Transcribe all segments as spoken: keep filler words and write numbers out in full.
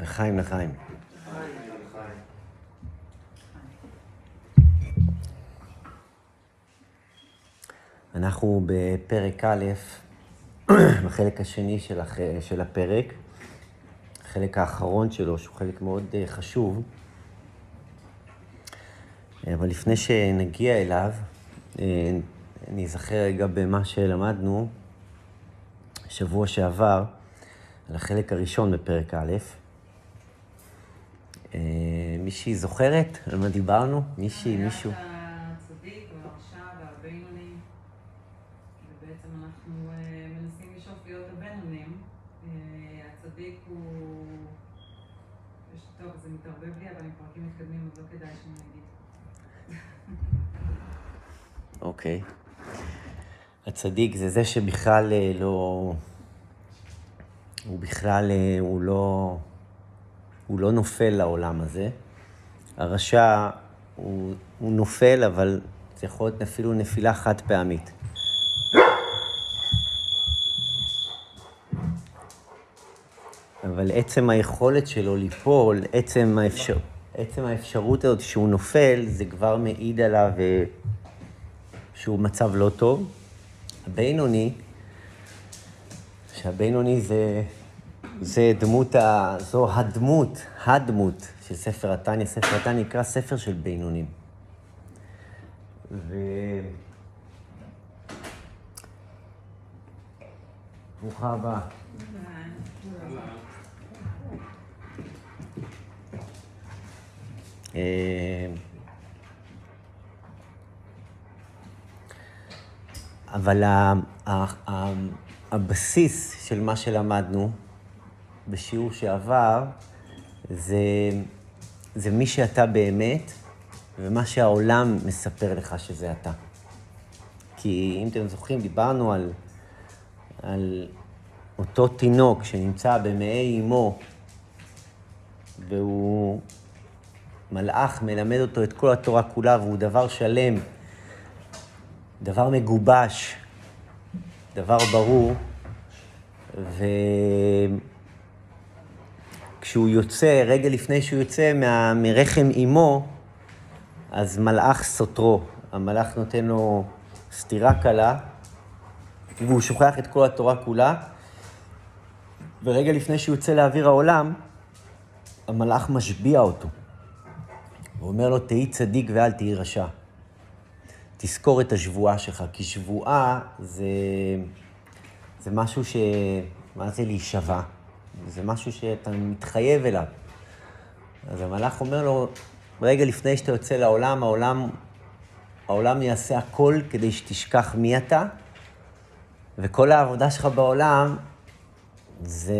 לחיים, לחיים. אנחנו בפרק א', בחלק השני של, הח... של הפרק, החלק האחרון שלו, שהוא חלק מאוד חשוב. אבל לפני שנגיע אליו, אני אזכר רגע במה שלמדנו שבוע שעבר, על החלק הראשון בפרק א'. מישהי זוכרת על מה דיברנו? מישהי, מישהו? הצדיק והרשע והבינוני, ובעצם אנחנו מנסים לשאוף להיות הבינונים. הצדיק הוא... טוב, זה מתערבב לי, אבל עם פרקים מתקדמים, אז לא כדאי שאני אגיד. אוקיי. הצדיק זה זה שבכלל לא... הוא בכלל, הוא לא... הוא לא נופל לעולם הזה. הרשע הוא, הוא נופל, אבל זה יכול להיות אפילו נפילה חד פעמית. אבל עצם היכולת שלו ליפול, עצם, האפשר, עצם האפשרות הזאת שהוא נופל, זה כבר מעיד עליו שהוא מצב לא טוב. הבינוני, שהבינוני זה... זה דמות, ה... זו הדמות, הדמות של ספר התניא. ספר התניא נקרא ספר של בינונים. ו... ברוכה הבאה. אבל ה... ה... ה... הבסיס של מה שלמדנו, בשיעור שעבר, זה, זה מי שאתה באמת, ומה שהעולם מספר לך שזה אתה. כי אם אתם זוכרים, דיברנו על, על אותו תינוק שנמצא במעי אמו, והוא מלאך מלמד אותו את כל התורה כולה, והוא דבר שלם, דבר מגובש, דבר ברור, ו... כשהוא יוצא, רגע לפני שהוא יוצא מה, מרחם אמו, אז מלאך סותרו. המלאך נותן לו סתירה קלה, והוא שוכח את כל התורה כולה. ורגע לפני שהוא יוצא לאוויר העולם, המלאך משביע אותו. הוא אומר לו, תהי צדיק ואל תהי רשע. תזכור את השבועה שלך, כי שבועה זה, זה משהו ש... מה זה להישבע? זה משהו שאתה מתחייב אליו. אז המלאך אומר לו, רגע לפני שאתה יוצא לעולם, העולם, העולם יעשה הכל כדי שתשכח מי אתה, וכל העבודה שלך בעולם זה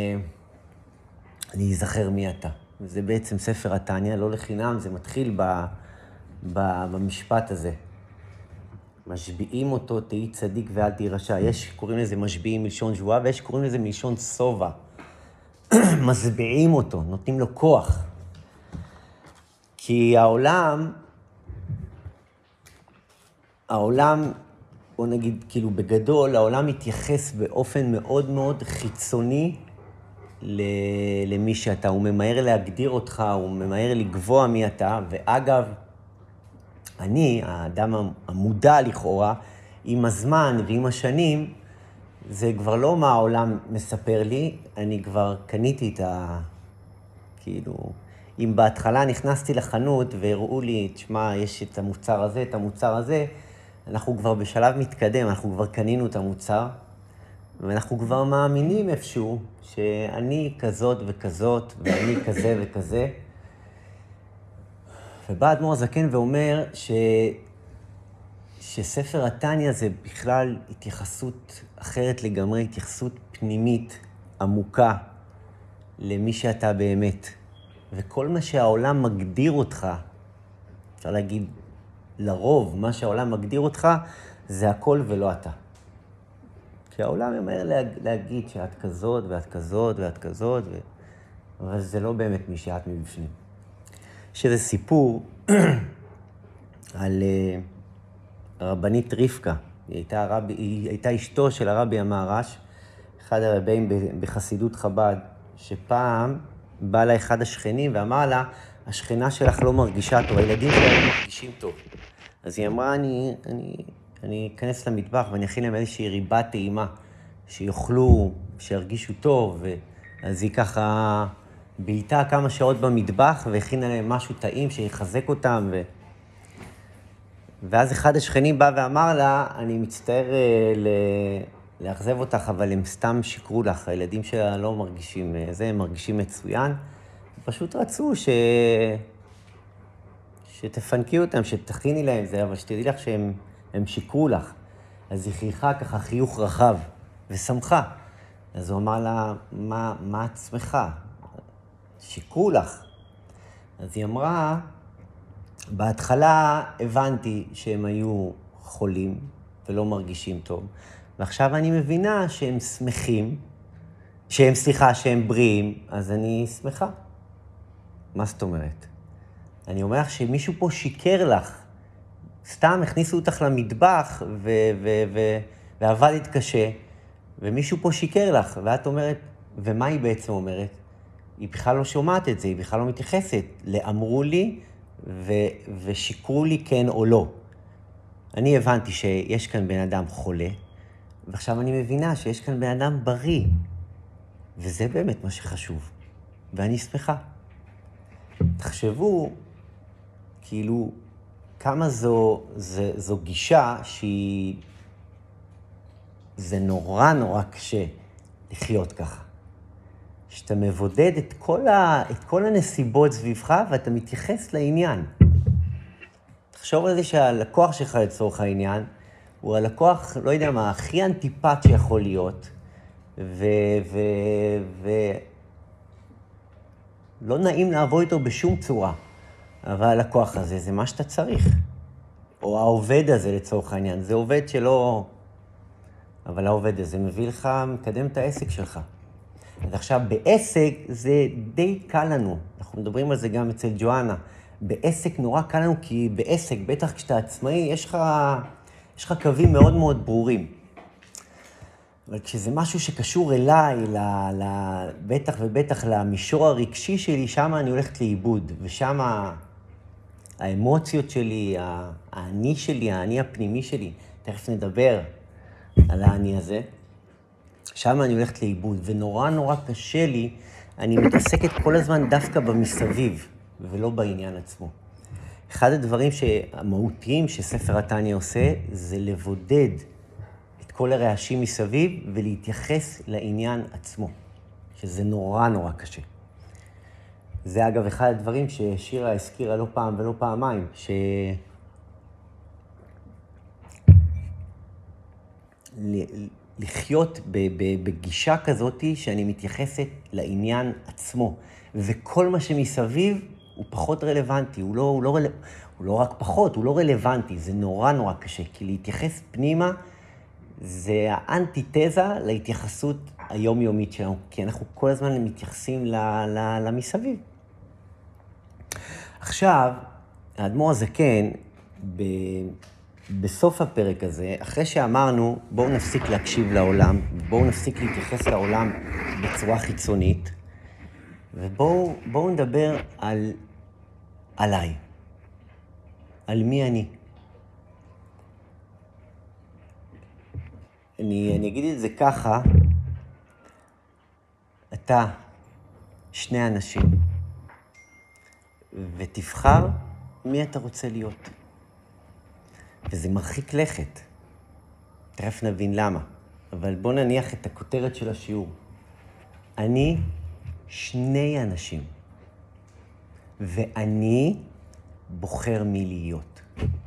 להיזכר מי אתה. זה בעצם ספר התניא, לא לחינם, זה מתחיל ב, ב, במשפט הזה. משביעים אותו, תהי צדיק ואל תהי רשע. יש קוראים לזה משביעים מלשון שבועה, ויש קוראים לזה מלשון סובה. מסביעים אותו, נותנים לו כוח. כי העולם, העולם, בוא נגיד, כאילו בגדול, העולם מתייחס באופן מאוד מאוד חיצוני למי שאתה. הוא ממהר להגדיר אותך, הוא ממהר לגבוה מי אתה, ואגב, אני, האדם המודע לכאורה, עם הזמן ועם השנים, זה כבר לא מה העולם מספר לי, אני כבר קניתי את ה... כאילו, אם בהתחלה נכנסתי לחנות והראו לי, תשמע, יש את המוצר הזה, את המוצר הזה, אנחנו כבר בשלב מתקדם, אנחנו כבר קנינו את המוצר, ואנחנו כבר מאמינים איפשהו שאני כזאת וכזאת, ואני כזה וכזה. ובא אדמו"ר הזקן ואומר ש... שספר התניא זה בכלל התייחסות אחרת לגמרי, התייחסות פנימית, עמוקה, למי שאתה באמת. וכל מה שהעולם מגדיר אותך, אפשר להגיד לרוב, מה שהעולם מגדיר אותך, זה הכל ולא אתה. כי העולם ממהר להגיד שאת כזאת ואת כזאת ואת כזאת, ו... אבל זה לא באמת מי שאת מבפנים. יש איזה סיפור על הרבנית רבקה. היא הייתה, הרבי, היא הייתה אשתו של הרבי המהר"ש, אחד הרבים בחסידות חב"ד, שפעם בא לה אחד השכנים ואמר לה, השכנה שלך לא מרגישה טוב, הילדים שלה לא מרגישים טוב. אז היא אמרה, אני, אני, אני אכנס למטבח ואני אכין להם איזושהי ריבה טעימה, שיוכלו, שירגישו טוב. אז היא ככה בעיטה כמה שעות במטבח והכינה להם משהו טעים שיחזק אותם. ו... ואז אחד השכנים בא ואמר לה, אני מצטער ל... לאכזב אותך, אבל הם סתם שיקרו לך, הילדים שלה לא מרגישים זה, הם מרגישים מצוין. פשוט רצו ש... שתפנקי אותם, שתכיני להם זה, אבל שתדעי לך שהם הם שיקרו לך. אז היא חייכה ככה חיוך רחב ושמחה. אז הוא אמר לה, מה, מה את שמחה? שיקרו לך. אז היא אמרה, בהתחלה הבנתי שהם היו חולים ולא מרגישים טוב, ועכשיו אני מבינה שהם שמחים, שהם סליחה, שהם בריאים, אז אני שמחה. מה זאת אומרת? אני אומר לך שמישהו פה שיקר לך, סתם הכניסו אותך למטבח ו- ו- ו- ועבדת קשה, ומישהו פה שיקר לך, ואת אומרת, ומה היא בעצם אומרת? היא בכלל לא שומעת את זה, היא בכלל לא מתייחסת. לאמרו לי ו- ושיקרו לי כן או לא. אני הבנתי שיש כאן בן אדם חולה, ועכשיו אני מבינה שיש כאן בן אדם בריא, וזה באמת מה שחשוב, ואני שמחה. תחשבו, כאילו, כמה זו, זו, זו גישה שהיא, זה נורא נורא קשה לחיות ככה. שאתה מבודד את כל, ה, את כל הנסיבות סביבך ואתה מתייחס לעניין. תחשוב על זה שהלקוח שלך לצורך העניין, הוא הלקוח, לא יודע מה, הכי אנטיפט שיכול להיות, ו... ו, ו לא נעים לעבוד איתו בשום צורה, אבל הלקוח הזה זה מה שאתה צריך. או העובד הזה לצורך העניין, זה עובד שלא... אבל העובד הזה מביא לך, מקדם את העסק שלך. אז עכשיו בעסק זה די קל לנו, אנחנו מדברים על זה גם אצל ג'ואנה. בעסק נורא קל לנו, כי בעסק, בטח כשאתה עצמאי, יש לך, יש לך קווים מאוד מאוד ברורים. אבל כשזה משהו שקשור אליי, ל, ל, בטח ובטח למישור הרגשי שלי, שם אני הולכת לאיבוד, ושם האמוציות שלי, האני שלי, האני הפנימי שלי, תכף נדבר על האני הזה, שם אני הולכת לאיבוד, ונורא נורא קשה לי, אני מתעסקת כל הזמן דווקא במסביב, ולא בעניין עצמו. אחד הדברים המהותיים שספר התניא עושה, זה לבודד את כל הרעשים מסביב, ולהתייחס לעניין עצמו, שזה נורא נורא קשה. זה אגב אחד הדברים ששירה הזכירה לא פעם ולא פעמיים, ש... לחיות בגישה כזאת שאני מתייחסת לעניין עצמו, וכל מה שמסביב הוא פחות רלוונטי, הוא לא, הוא לא, רל... הוא לא רק פחות, הוא לא רלוונטי, זה נורא נורא קשה, כי להתייחס פנימה זה האנטיתזה להתייחסות היומיומית שלנו, כי אנחנו כל הזמן מתייחסים ל... ל... למסביב. עכשיו, האדמו"ר הזקן, ב... בסוף הפרק הזה, אחרי שאמרנו, בואו נפסיק להקשיב לעולם, בואו נפסיק להתייחס לעולם בצורה חיצונית, ובואו בואו נדבר על, עליי, על מי אני. אני, אני אגיד את זה ככה, אתה שני אנשים, ותבחר מי אתה רוצה להיות. וזה מרחיק לכת. תכף נבין למה. אבל בוא נניח את הכותרת של השיעור. אני שני אנשים. ואני בוחר מי להיות.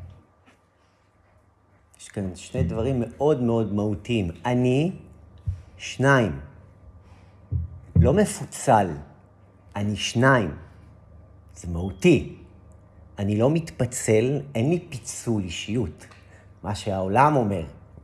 יש כאן שני דברים מאוד מאוד מהותיים. אני שניים. לא מפוצל. אני שניים. זה מהותי. אני לא מתפצל, אין לי פיצול אישיות. מה שהעולם אומר.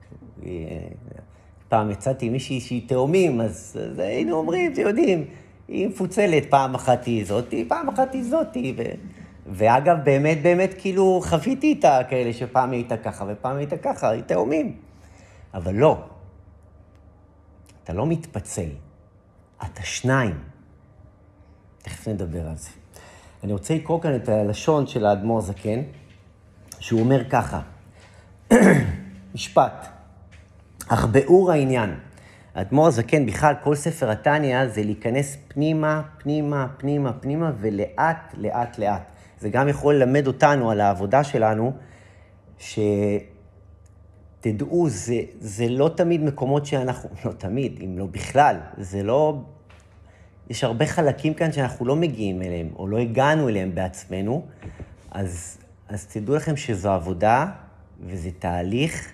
פעם יצאתי מישהי שהיא תאומים, אז, אז היינו אומרים, אתם יודעים, היא מפוצלת, פעם אחת היא זאתי, פעם אחת היא זאתי. ו... ואגב, באמת, באמת, כאילו, חוויתי איתה כאלה שפעם היא הייתה ככה ופעם היא הייתה ככה, היא תאומים. אבל לא. אתה לא מתפצל. אתה שניים. תכף נדבר על זה. אני רוצה לקרוא כאן את הלשון של האדמו"ר זקן, שהוא אומר ככה, משפט, אך באור העניין, האדמו"ר זקן בכלל, כל ספר התניא זה להיכנס פנימה, פנימה, פנימה, פנימה, ולאט, לאט, לאט. זה גם יכול ללמד אותנו על העבודה שלנו, שתדעו, זה, זה לא תמיד מקומות שאנחנו, לא תמיד, אם לא בכלל, זה לא, יש הרבה חלקים כאן שאנחנו לא מגיעים אליהם, או לא הגענו אליהם בעצמנו, אז, אז תדעו לכם שזו עבודה, וזה תהליך,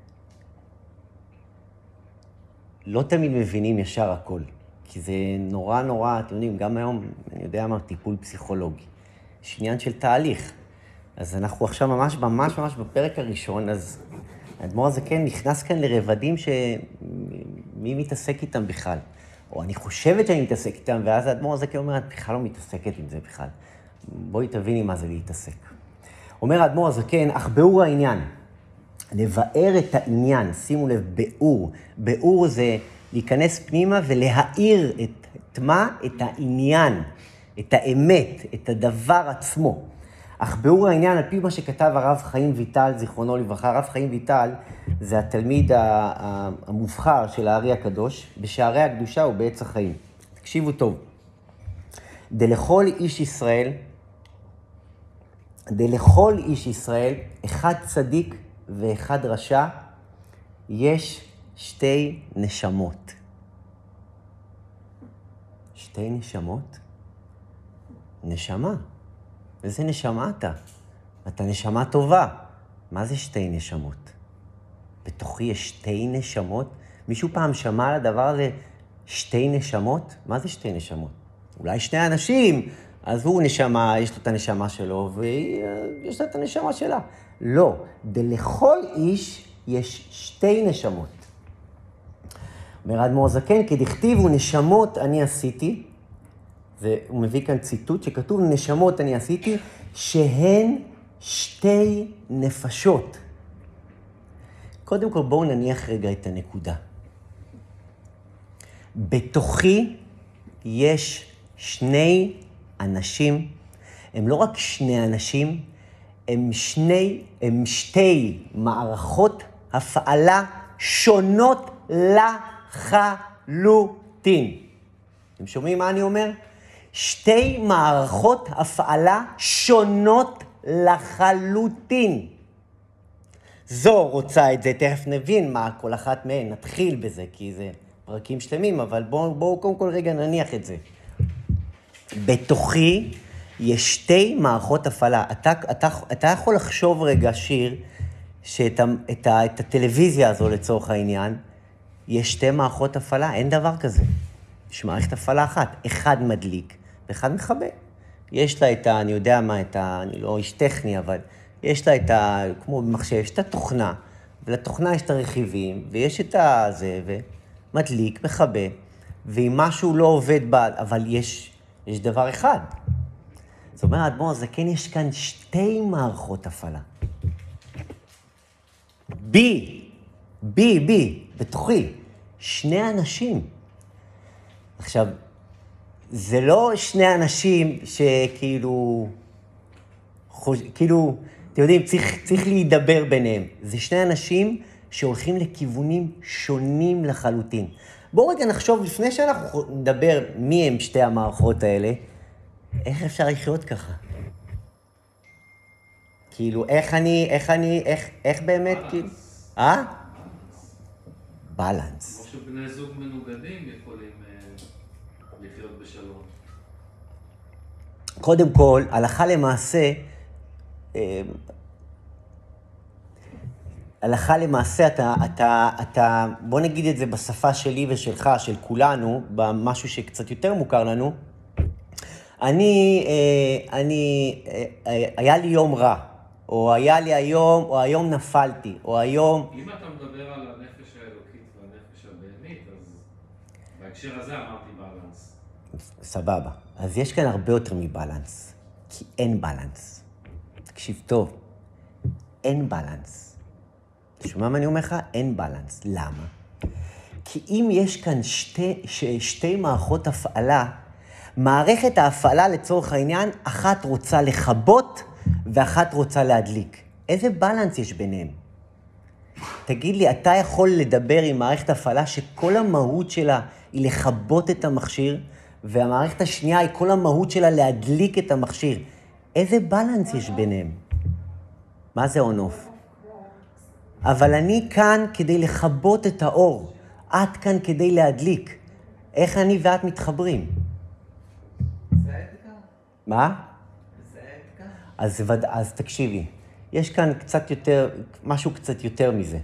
לא תמיד מבינים ישר הכל, כי זה נורא נורא, אתם יודעים, גם היום, אני יודע מה, טיפול פסיכולוגי. יש עניין של תהליך. אז אנחנו עכשיו ממש ממש ממש בפרק הראשון, אז האדמו"ר הזקן נכנס כאן לרבדים שמי מתעסק איתם בכלל. או אני חושבת שאני מתעסק איתם, ואז האדמו"ר הזקן אומר, את בכלל לא מתעסקת עם זה בכלל. בואי תביני מה זה להתעסק. אומר האדמו"ר הזקן, אך באור העניין, לבאר את העניין, שימו לב, באור. באור זה להיכנס פנימה ולהאיר את, את מה? את העניין, את האמת, את הדבר עצמו. אך באור העניין, על פי מה שכתב הרב חיים ויטל, זיכרונו לברכה, הרב חיים ויטל זה התלמיד המובחר של הארי הקדוש, בשערי הקדושה ובעץ החיים. תקשיבו טוב. דלכל איש ישראל, דלכל איש ישראל, אחד צדיק ואחד רשע, יש שתי נשמות. שתי נשמות? נשמה. איזה נשמה אתה? אתה נשמה טובה. מה זה שתי נשמות? בתוכי יש שתי נשמות? מישהו פעם שמע על הדבר הזה שתי נשמות? מה זה שתי נשמות? אולי שני אנשים, אז הוא נשמה, יש לו את הנשמה שלו, ויש לה את הנשמה שלה. לא, דלכל איש יש שתי נשמות. אומר האדמו"ר זקן, כדכתיבו נשמות אני עשיתי, והוא מביא כאן ציטוט שכתוב נשמות אני עשיתי, שהן שתי נפשות. קודם כל בואו נניח רגע את הנקודה. בתוכי יש שני אנשים, הם לא רק שני אנשים, הם שני, הם שתי מערכות הפעלה שונות לחלוטין. אתם שומעים מה אני אומר? שתי מערכות הפעלה שונות לחלוטין. זו רוצה את זה, תכף נבין מה כל אחת מהן, נתחיל בזה, כי זה פרקים שלמים, אבל בואו בוא, קודם כל רגע נניח את זה. בתוכי יש שתי מערכות הפעלה. אתה, אתה, אתה יכול לחשוב רגע, שיר, שאת את, את הטלוויזיה הזו לצורך העניין, יש שתי מערכות הפעלה, אין דבר כזה. יש מערכת הפעלה אחת, אחד מדליק ואחד מכבה. יש לה את ה, אני יודע מה, את ה, אני לא איש טכני, אבל יש לה את ה, כמו במחשב, יש את התוכנה, ולתוכנה יש את הרכיבים, ויש את הזה, ומדליק, מכבה, ואם משהו לא עובד בה, אבל יש, יש דבר אחד. זאת אומרת, בוא, זה כן, יש כאן שתי מערכות הפעלה. בי, בי, בי, בתוכי, שני אנשים. עכשיו, זה לא שני אנשים שכאילו, חוש, כאילו, אתם יודעים, צריך, צריך להידבר ביניהם. זה שני אנשים שהולכים לכיוונים שונים לחלוטין. בואו רגע נחשוב, לפני שאנחנו נדבר מי הם שתי המערכות האלה, איך אפשר לחיות ככה? כאילו, איך אני, איך אני, איך, איך באמת, כאילו... אה? בלנס. כמו שבני זוג מנוגדים יכולים לחיות בשלום. קודם כל, הלכה למעשה, הלכה למעשה, אתה, אתה, אתה, בוא נגיד את זה בשפה שלי ושלך, של כולנו, במשהו שקצת יותר מוכר לנו. אני, אני, היה לי יום רע, או היה לי היום, או היום נפלתי, או היום... אם אתה מדבר על הנפש האלוקית והנפש הבהמית, אז בהקשר הזה אמרתי בלנס. סבבה. אז יש כאן הרבה יותר מבלנס, כי אין בלנס. תקשיב טוב, אין בלנס. אתה שומע מה אני אומר לך? אין בלנס. למה? כי אם יש כאן שתי, שתי מערכות הפעלה, מערכת ההפעלה לצורך העניין, אחת רוצה לכבות ואחת רוצה להדליק. איזה בלנס יש ביניהם? תגיד לי, אתה יכול לדבר עם מערכת הפעלה שכל המהות שלה היא לכבות את המכשיר, והמערכת השנייה היא כל המהות שלה להדליק את המכשיר. איזה בלנס יש ביניהם? מה זה און-אוף? אבל אני כאן כדי לכבות את האור. את כאן כדי להדליק. איך אני ואת מתחברים? זה האתגר. מה? זה האתגר. אז, וד... אז תקשיבי, יש כאן קצת יותר, משהו קצת יותר מזה.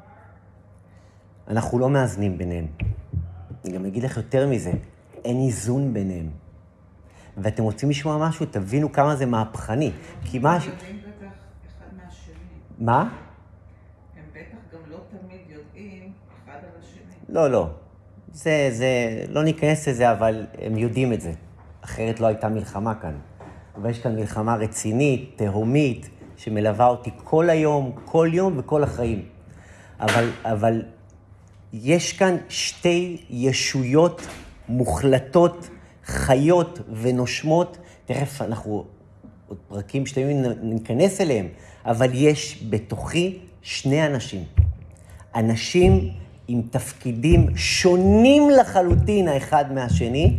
אנחנו לא מאזנים ביניהם. אני גם אגיד לך יותר מזה, אין איזון ביניהם. ואתם רוצים לשמוע משהו, תבינו כמה זה מהפכני. כי מה... הם יודעים בטח אחד מהשני. מה? הם בטח גם לא תמיד יודעים אחד על השני. לא, לא. זה, זה, לא ניכנס לזה, אבל הם יודעים את זה. אחרת לא הייתה מלחמה כאן. אבל יש כאן מלחמה רצינית, תהומית, שמלווה אותי כל היום, כל יום וכל החיים. אבל, אבל יש כאן שתי ישויות מוחלטות, חיות ונושמות. תכף אנחנו עוד פרקים שלמים ניכנס אליהם, אבל יש בתוכי שני אנשים. אנשים עם תפקידים שונים לחלוטין האחד מהשני,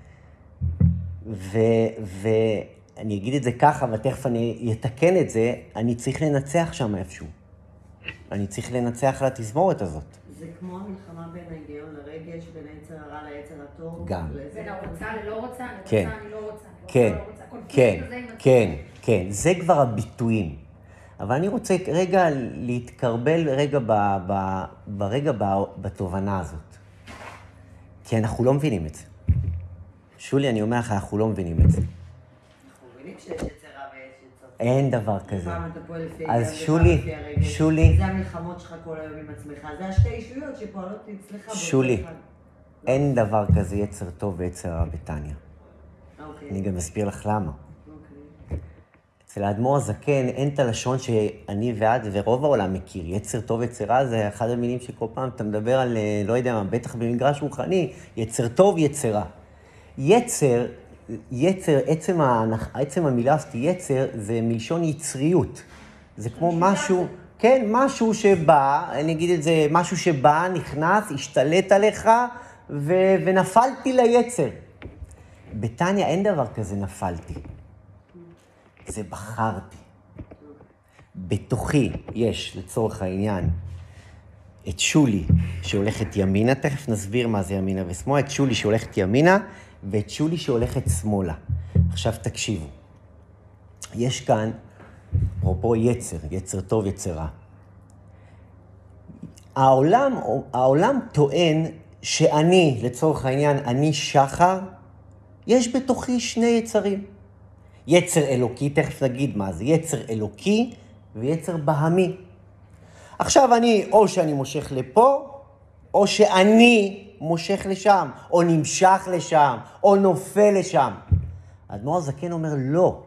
ו... ואני אגיד את זה ככה, ותכף אני אתקן את זה, אני צריך לנצח שם איפשהו. אני צריך לנצח לתזמורת הזאת. זה כמו המלחמה בין ההיגיון לרגש, בין היצר הרע ליצר הטוב. גם. בין הרוצה ללא רוצה, אני כן. רוצה, אני לא רוצה, אני רוצה, כן, לא רוצה. הקונפליקט כן, הזה עם עצמי. כן, כן, זה כבר הביטויים. אבל אני רוצה רגע להתקרבל רגע ב, ב, ברגע ב, בתובנה הזאת. כי אנחנו לא מבינים את זה. שולי, אני אומר לך, אנחנו לא מבינים את זה. אנחנו מבינים שיש יצר רע ויש יצר טוב. אין דבר כזה. פעם אתה פועל לפי אז ההיגיון, שולי, ופעם לפי הרגש. שולי. זה המלחמות שלך כל היום עם עצמך. זה השתי אישויות שפועלות אצלך. באותו שולי, אחד. אין דבר כזה יצר טוב ויצר רע בטניה. אוקיי. אני גם אסביר לך למה. אוקיי. אצל האדמו"ר הזקן אין את הלשון שאני ואת ורוב העולם מכיר. יצר טוב ויצר רע זה אחד המילים שכל פעם אתה מדבר על, לא יודע מה, בטח במגרש רוחני, יצר טוב, יצר רע. יצר, יצר, עצם, ההנח, עצם המילה הזאת יצר זה מלשון יצריות. זה כמו משהו, כן, משהו שבא, אני אגיד את זה, משהו שבא, נכנס, השתלט עליך ו, ונפלתי ליצר. בטניה אין דבר כזה נפלתי. זה בחרתי. בתוכי יש, לצורך העניין, את שולי שהולכת ימינה, תכף נסביר מה זה ימינה ושמאלה, את שולי שהולכת ימינה, ואת שולי שהולכת שמאלה. עכשיו תקשיבו. יש כאן, אפרופו יצר, יצר טוב, יצר רע. העולם, העולם טוען שאני, לצורך העניין, אני שחר, יש בתוכי שני יצרים. יצר אלוקי, תכף נגיד מה זה, יצר אלוקי ויצר בהמי. עכשיו אני, או שאני מושך לפה, או שאני מושך לשם, או נמשך לשם, או נופל לשם. האדמו"ר הזקן אומר, לא.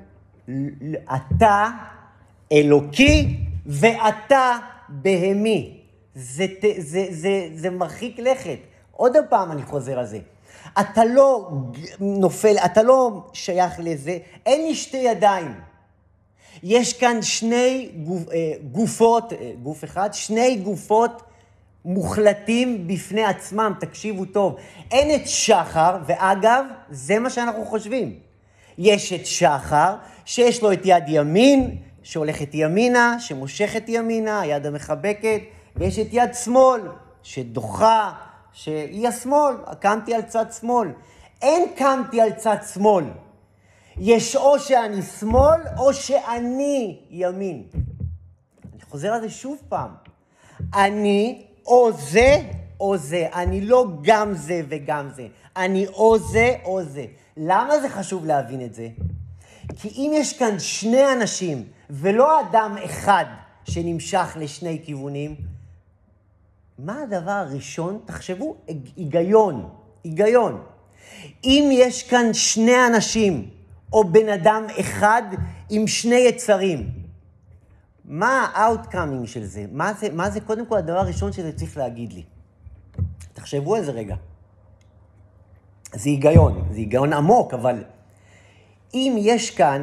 אתה אלוקי ואתה בהמי. זה, זה, זה, זה מרחיק לכת. עוד פעם אני חוזר על זה. אתה לא נופל, אתה לא שייך לזה, אין לי שתי ידיים. יש כאן שני גופ, גופות, גוף אחד, שני גופות מוחלטים בפני עצמם, תקשיבו טוב. אין את שחר, ואגב, זה מה שאנחנו חושבים. יש את שחר, שיש לו את יד ימין, שהולכת ימינה, שמושכת ימינה, היד המחבקת, ויש את יד שמאל, שדוחה, שהיא השמאל, קמתי על צד שמאל. אין קמתי על צד שמאל. יש או שאני שמאל, או שאני ימין. אני חוזר על זה שוב פעם. אני או זה, או זה. אני לא גם זה וגם זה. אני או זה, או זה. למה זה חשוב להבין את זה? כי אם יש כאן שני אנשים, ולא אדם אחד שנמשך לשני כיוונים, מה הדבר הראשון? תחשבו, היגיון, היגיון. אם יש כאן שני אנשים, או בן אדם אחד עם שני יצרים, מה ה-outcoming של זה? מה זה, מה זה קודם כל הדבר הראשון שזה צריך להגיד לי? תחשבו על זה רגע. זה היגיון, זה היגיון עמוק, אבל אם יש כאן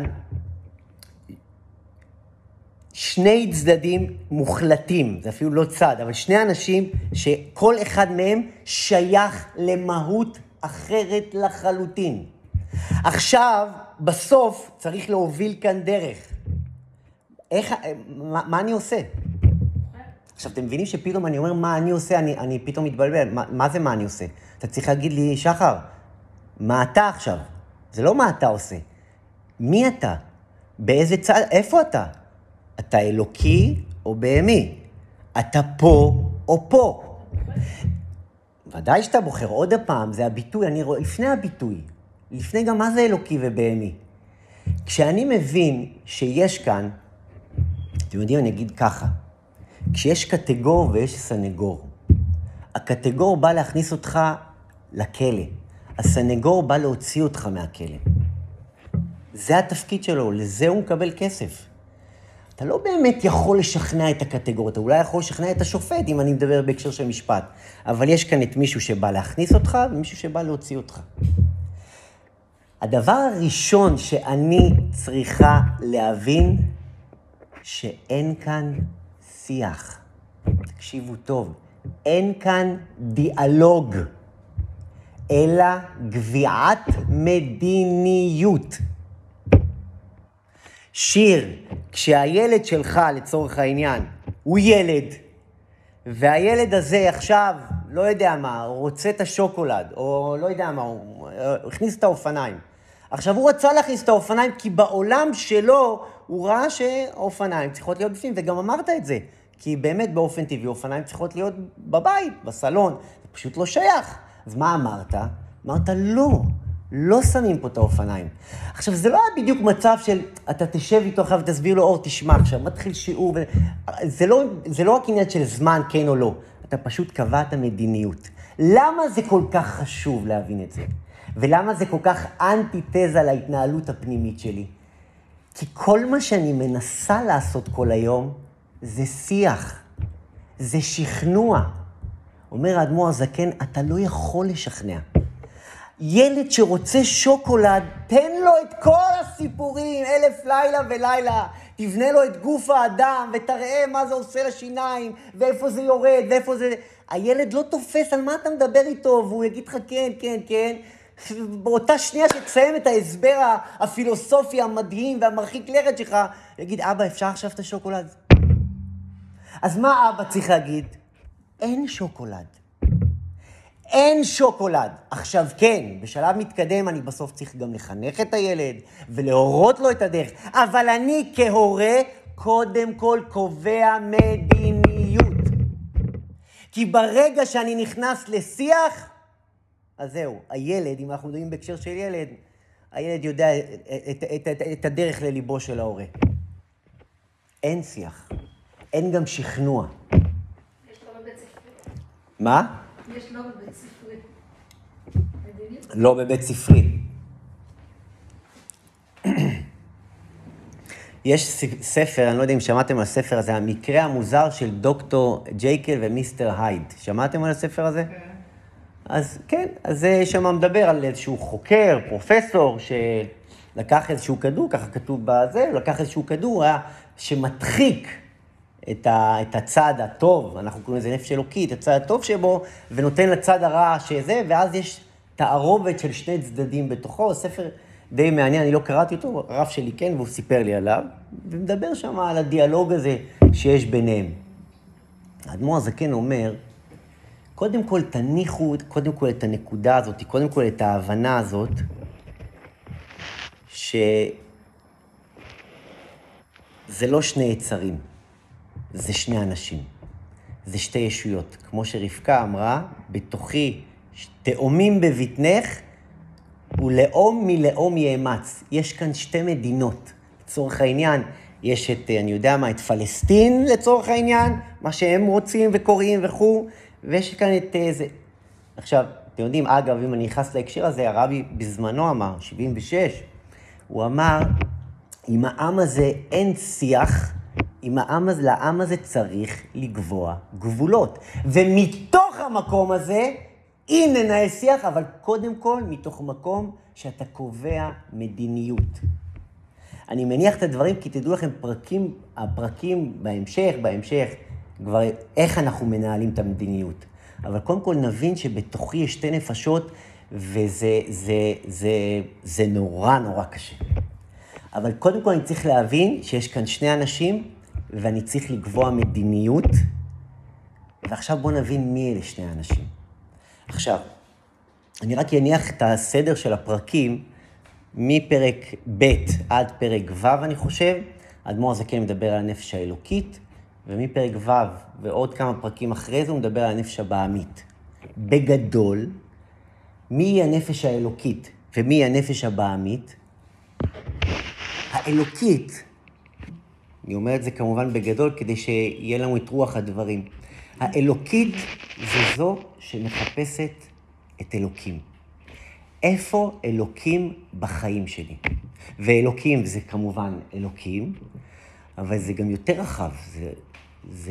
שני צדדים מוחלטים, זה אפילו לא צד, אבל שני אנשים שכל אחד מהם שייך למהות אחרת לחלוטין. עכשיו, בסוף, צריך להוביל כאן דרך. איך, מה, מה אני עושה? עכשיו, אתם מבינים שפתאום אני אומר מה אני עושה, אני, אני פתאום מתבלבל. מה, מה זה מה אני עושה? אתה צריך להגיד לי, שחר, מה אתה עכשיו? זה לא מה אתה עושה. מי אתה? באיזה צד? איפה אתה? אתה אלוקי או בהמי? אתה פה או פה? ודאי שאתה בוחר עוד הפעם, זה הביטוי, אני רואה, לפני הביטוי, לפני גם מה זה אלוקי ובהמי. כשאני מבין שיש כאן, אתם יודעים, אני אגיד ככה, כשיש קטגור ויש סנגור, הקטגור בא להכניס אותך לכלא, הסנגור בא להוציא אותך מהכלא. זה התפקיד שלו, לזה הוא מקבל כסף. אתה לא באמת יכול לשכנע את הקטגור, אתה אולי יכול לשכנע את השופט, אם אני מדבר בהקשר של משפט, אבל יש כאן את מישהו שבא להכניס אותך, ומישהו שבא להוציא אותך. הדבר הראשון שאני צריכה להבין, שאין כאן שיח. תקשיבו טוב, אין כאן דיאלוג, אלא גביעת מדיניות. שיר, כשהילד שלך, לצורך העניין, הוא ילד, והילד הזה עכשיו, לא יודע מה, רוצה את השוקולד, או לא יודע מה, הוא הכניס את האופניים. עכשיו, הוא רצה להכניס את האופניים, כי בעולם שלו הוא ראה שהאופניים צריכות להיות בפנים, וגם אמרת את זה, כי באמת באופן טבעי, אופניים צריכות להיות בבית, בסלון, זה פשוט לא שייך. אז מה אמרת? אמרת, לא, לא שמים פה את האופניים. עכשיו, זה לא היה בדיוק מצב של, אתה תשב איתו אחר ותסביר לו, אור, תשמע, עכשיו, מתחיל שיעור, ו... זה לא, זה לא רק עניין של זמן, כן או לא, אתה פשוט קבעת מדיניות. למה זה כל כך חשוב להבין את זה? ולמה זה כל כך אנטיתזה להתנהלות הפנימית שלי? כי כל מה שאני מנסה לעשות כל היום, זה שיח, זה שכנוע. אומר האדמו"ר הזקן, אתה לא יכול לשכנע. ילד שרוצה שוקולד, תן לו את כל הסיפורים, אלף לילה ולילה. תבנה לו את גוף האדם ותראה מה זה עושה לשיניים, ואיפה זה יורד, ואיפה זה... הילד לא תופס על מה אתה מדבר איתו, והוא יגיד לך כן, כן, כן. באותה שנייה שתסיים את ההסבר הפילוסופי המדהים והמרחיק לכת שלך, יגיד, אבא, אפשר עכשיו את השוקולד? אז מה אבא צריך להגיד? אין שוקולד. אין שוקולד. עכשיו כן, בשלב מתקדם אני בסוף צריך גם לחנך את הילד ולהורות לו את הדרך, אבל אני כהורה קודם כל קובע מדיניות. כי ברגע שאני נכנס לשיח, אז זהו, הילד, אם אנחנו מדברים בהקשר של ילד, הילד יודע את, את, את, את, את הדרך לליבו של ההורה. אין שיח, אין גם שכנוע. יש לו בבית ספרי. מה? יש לו בבית ספרי. מדיניות? לא בבית ספרי. יש ספר, אני לא יודע אם שמעתם על הספר הזה, המקרה המוזר של דוקטור ג'ייקל ומיסטר הייד. שמעתם על הספר הזה? כן. אז כן, אז זה שמה מדבר על איזשהו חוקר, פרופסור, שלקח איזשהו כדור, ככה כתוב בזה, לקח איזשהו כדור, היה שמדחיק את, ה, את הצד הטוב, אנחנו קוראים לזה נפש אלוקית, את הצד הטוב שבו, ונותן לצד הרע שזה, ואז יש תערובת של שני צדדים בתוכו, ספר די מעניין, אני לא קראתי אותו, הרב שלי כן, והוא סיפר לי עליו, ומדבר שם על הדיאלוג הזה שיש ביניהם. האדמו"ר הזקן אומר, קודם כל תניחו, קודם כל את הנקודה הזאת, קודם כל את ההבנה הזאת, שזה לא שני יצרים, זה שני אנשים, זה שתי ישויות. כמו שרבקה אמרה, בתוכי תאומים בבטנך, ולאום מלאום יאמץ. יש כאן שתי מדינות, לצורך העניין, יש את, אני יודע מה, את פלסטין לצורך העניין, מה שהם רוצים וקוראים וכו', ויש כאן את זה. עכשיו, אתם יודעים, אגב, אם אני נכנס להקשר הזה, הרבי בזמנו אמר, שבעים ושש, הוא אמר, עם העם הזה אין שיח, עם העם הזה, לעם הזה צריך לגבוע גבולות. ומתוך המקום הזה, אם ננהל שיח, אבל קודם כל מתוך מקום שאתה קובע מדיניות. אני מניח את הדברים כי תדעו לכם פרקים, הפרקים בהמשך, בהמשך, כבר איך אנחנו מנהלים את המדיניות. אבל קודם כל נבין שבתוכי יש שתי נפשות, וזה זה, זה, זה נורא נורא קשה. אבל קודם כל אני צריך להבין שיש כאן שני אנשים, ואני צריך לקבוע מדיניות, ועכשיו בואו נבין מי אלה שני האנשים. עכשיו, אני רק אניח את הסדר של הפרקים, מפרק ב' עד פרק ו', אני חושב, האדמו"ר הזקן מדבר על הנפש האלוקית, ומפרק ו' ועוד כמה פרקים אחרי זה הוא מדבר על הנפש הבעמית. בגדול, מי היא הנפש האלוקית ומי היא הנפש הבעמית? האלוקית, אני אומר את זה כמובן בגדול כדי שיהיה לנו את רוח הדברים. האלוקית זה זו שמחפשת את אלוקים. איפה אלוקים בחיים שלי? ואלוקים זה כמובן אלוקים, אבל זה גם יותר רחב. זה, זה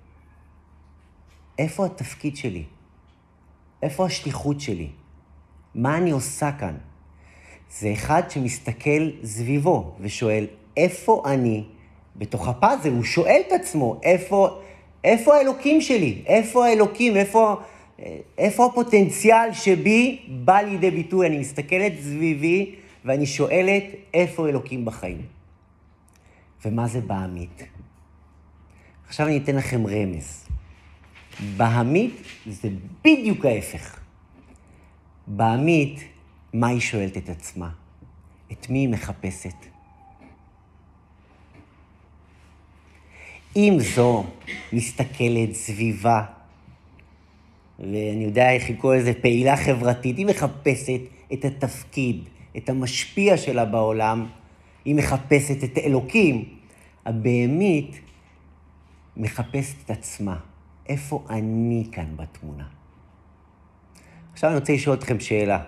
איפה התפקיד שלי? איפה השליחות שלי? מה אני עושה כאן? זה אחד שמסתכל סביבו ושואל, איפה אני בתוך הפאזל? הוא שואל את עצמו, איפה, איפה האלוקים שלי? איפה האלוקים? איפה, איפה הפוטנציאל שבי בא לידי ביטוי? אני מסתכלת סביבי ואני שואלת, איפה אלוקים בחיים? ומה זה בעמית? עכשיו אני אתן לכם רמז. בעמית זה בדיוק ההפך. בעמית, מה היא שואלת את עצמה? את מי היא מחפשת? אם זו מסתכלת סביבה, ואני יודע איך היא קוראת לזה פעילה חברתית, היא מחפשת את התפקיד, את המשפיע שלה בעולם, היא מחפשת את אלוקים. הבהמית מחפשת את עצמה. איפה אני כאן בתמונה? עכשיו אני רוצה לשאול אתכם שאלה.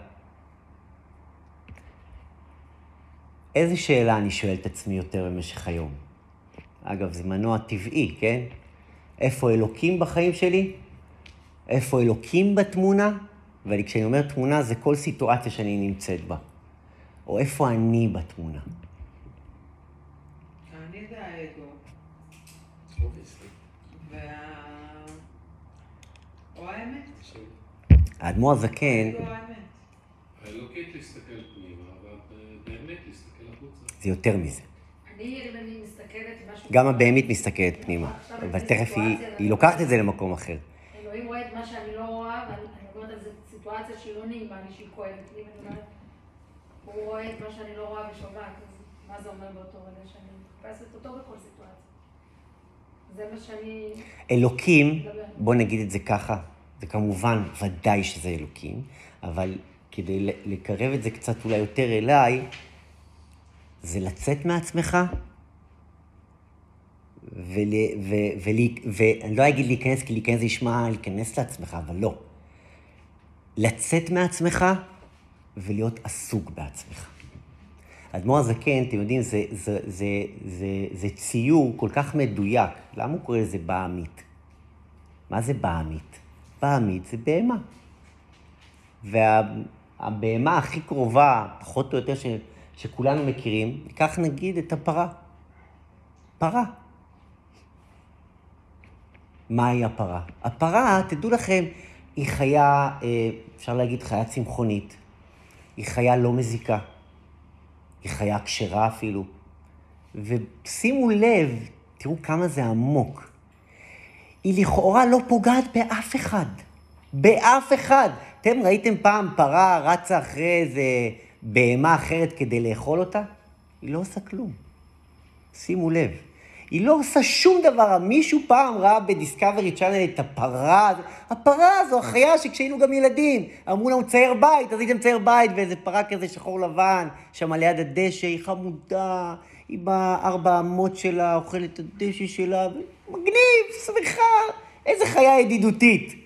איזה שאלה אני שואל את עצמי יותר במשך היום? אגב, זה מנוע טבעי, כן? איפה אלוקים בחיים שלי? איפה אלוקים בתמונה? וכשאני אומר תמונה, זה כל סיטואציה שאני נמצאת בה. או איפה אני בתמונה? אני זה האגו. וה... או האמת. האדמו"ר הזקן, האגו האמת. האלוקית להסתכל פנימה, אבל באמת להסתכל החוצה. זה יותר מזה. אני, אם אני מסתכלת משהו... גם הבהמית מסתכלת פנימה, אבל תכף היא, היא לוקחת את זה למקום אחר. אלוהים רואה את מה שאני לא רואה, ואני אומרת על זה סיטואציה שהיא לא נעימה לי, שהיא כואבת לי, ואני אומרת, הוא רואה את מה שאני לא רואה ושומעת, אז מה זה אומר באותו רגע שאני מחפשת אותו בכל סיטואציה? זה מה שאני... אלוקים, בוא נגיד את זה ככה, זה כמובן ודאי שזה אלוקים, אבל כדי לקרב את זה קצת אולי יותר אליי, זה לצאת מעצמך, ואני לא אגיד להיכנס, כי להיכנס זה ישמע להיכנס לעצמך, אבל לא. לצאת מעצמך ולהיות עסוק בעצמך. האדמו"ר הזקן, אתם יודעים, זה, זה, זה, זה, זה ציור כל כך מדויק. למה הוא קורא לזה בעמית? מה זה בעמית? בעמית זה בהמה. והבהמה הכי קרובה, פחות או יותר ש, שכולנו מכירים, כך נגיד את הפרה. פרה. מהי הפרה? הפרה, תדעו לכם, היא חיה, אפשר להגיד חיה צמחונית. היא חיה לא מזיקה. היא חיה כשרה אפילו. ושימו לב, תראו כמה זה עמוק. היא לכאורה לא פוגעת באף אחד. באף אחד. אתם ראיתם פעם פרה רצה אחרי איזה בהמה אחרת כדי לאכול אותה? היא לא עושה כלום. שימו לב. היא לא עושה שום דבר. מישהו פעם ראה בדיסקאברי צ'אנל את הפרה. הפרה זו החיה שכשהיינו גם ילדים, אמרו לנו צייר בית, אז הייתם צייר בית, ואיזה פרה כזה שחור לבן, שם ליד הדשא, היא חמודה, היא בארבע אמות שלה, אוכלת את הדשא שלה, מגניב, שמחה, איזה חיה ידידותית.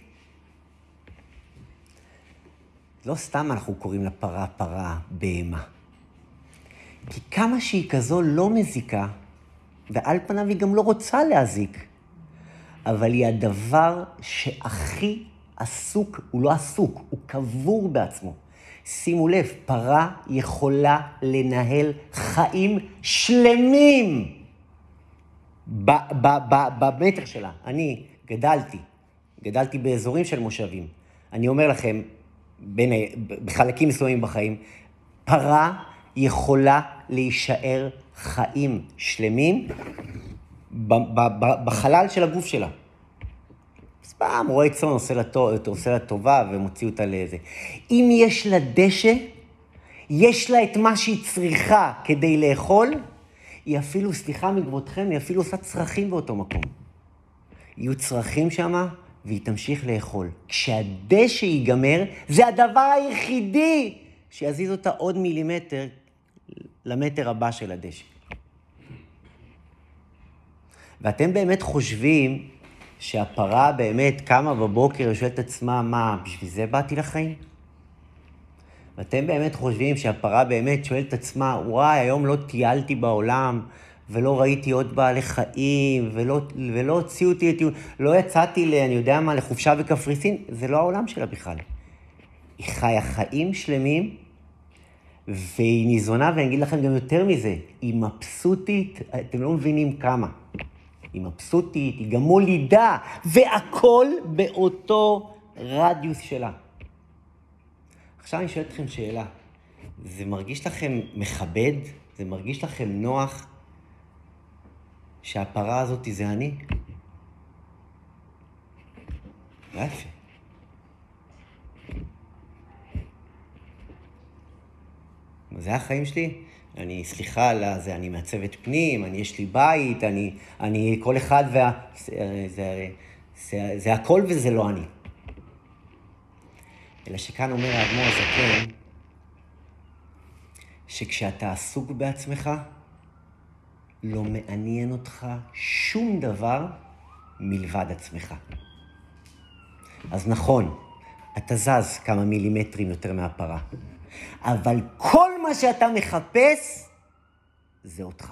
לא סתם אנחנו קוראים לה פרה, פרה, בהמה. כי כמה שהיא כזו לא מזיקה, ועל פניו היא גם לא רוצה להזיק, אבל היא הדבר שהכי, עסוק, הוא לא עסוק, הוא קבור בעצמו. שימו לב, פרה יכולה לנהל חיים שלמים ב- ב- ב- במטר שלה. אני גדלתי, גדלתי באזורים של מושבים. אני אומר לכם, בין, בחלקים מסוימים בחיים, פרה יכולה להישאר חיים שלמים ב- ב- ב- בחלל של הגוף שלה. אז פעם רואה צאן עושה לה, עושה לה טובה ומוציא אותה לאיזה. אם יש לה דשא, יש לה את מה שהיא צריכה כדי לאכול, היא אפילו, סליחה מכבודכם, היא אפילו עושה צרכים באותו מקום. יהיו צרכים שם, והיא תמשיך לאכול. כשהדשא ייגמר, זה הדבר היחידי שיזיז אותה עוד מילימטר למטר הבא של הדשא. ואתם באמת חושבים שהפרה באמת קמה בבוקר ושואלת את עצמה, מה, בשביל זה באתי לחיים? ואתם באמת חושבים שהפרה באמת שואלת את עצמה, וואי, היום לא טיילתי בעולם, ולא ראיתי עוד בעלי חיים, ולא, ולא הוציאו אותי, לא יצאתי, ל, אני יודע מה, לחופשה בקפריסין, זה לא העולם שלה בכלל. היא חיה חיים שלמים, והיא ניזונה, ואני אגיד לכם גם יותר מזה, היא מבסוטית, אתם לא מבינים כמה. היא מבסוטית, היא גם מולידה, והכל באותו רדיוס שלה. עכשיו אני שואל אתכם שאלה, זה מרגיש לכם מכבד? זה מרגיש לכם נוח שהפרה הזאת זה אני? לא יפה. זה החיים שלי? אני, סליחה על זה, אני מעצבת פנים, אני, יש לי בית, אני, אני, כל אחד וה... זה, זה, זה, זה הכל וזה לא אני. אלא שכאן אומר האדמו"ר הזקן, שכשאתה עסוק בעצמך, לא מעניין אותך שום דבר מלבד עצמך. אז נכון, אתה זז כמה מילימטרים יותר מהפרה, אבל כל מה שאתה מחפש זה אותך.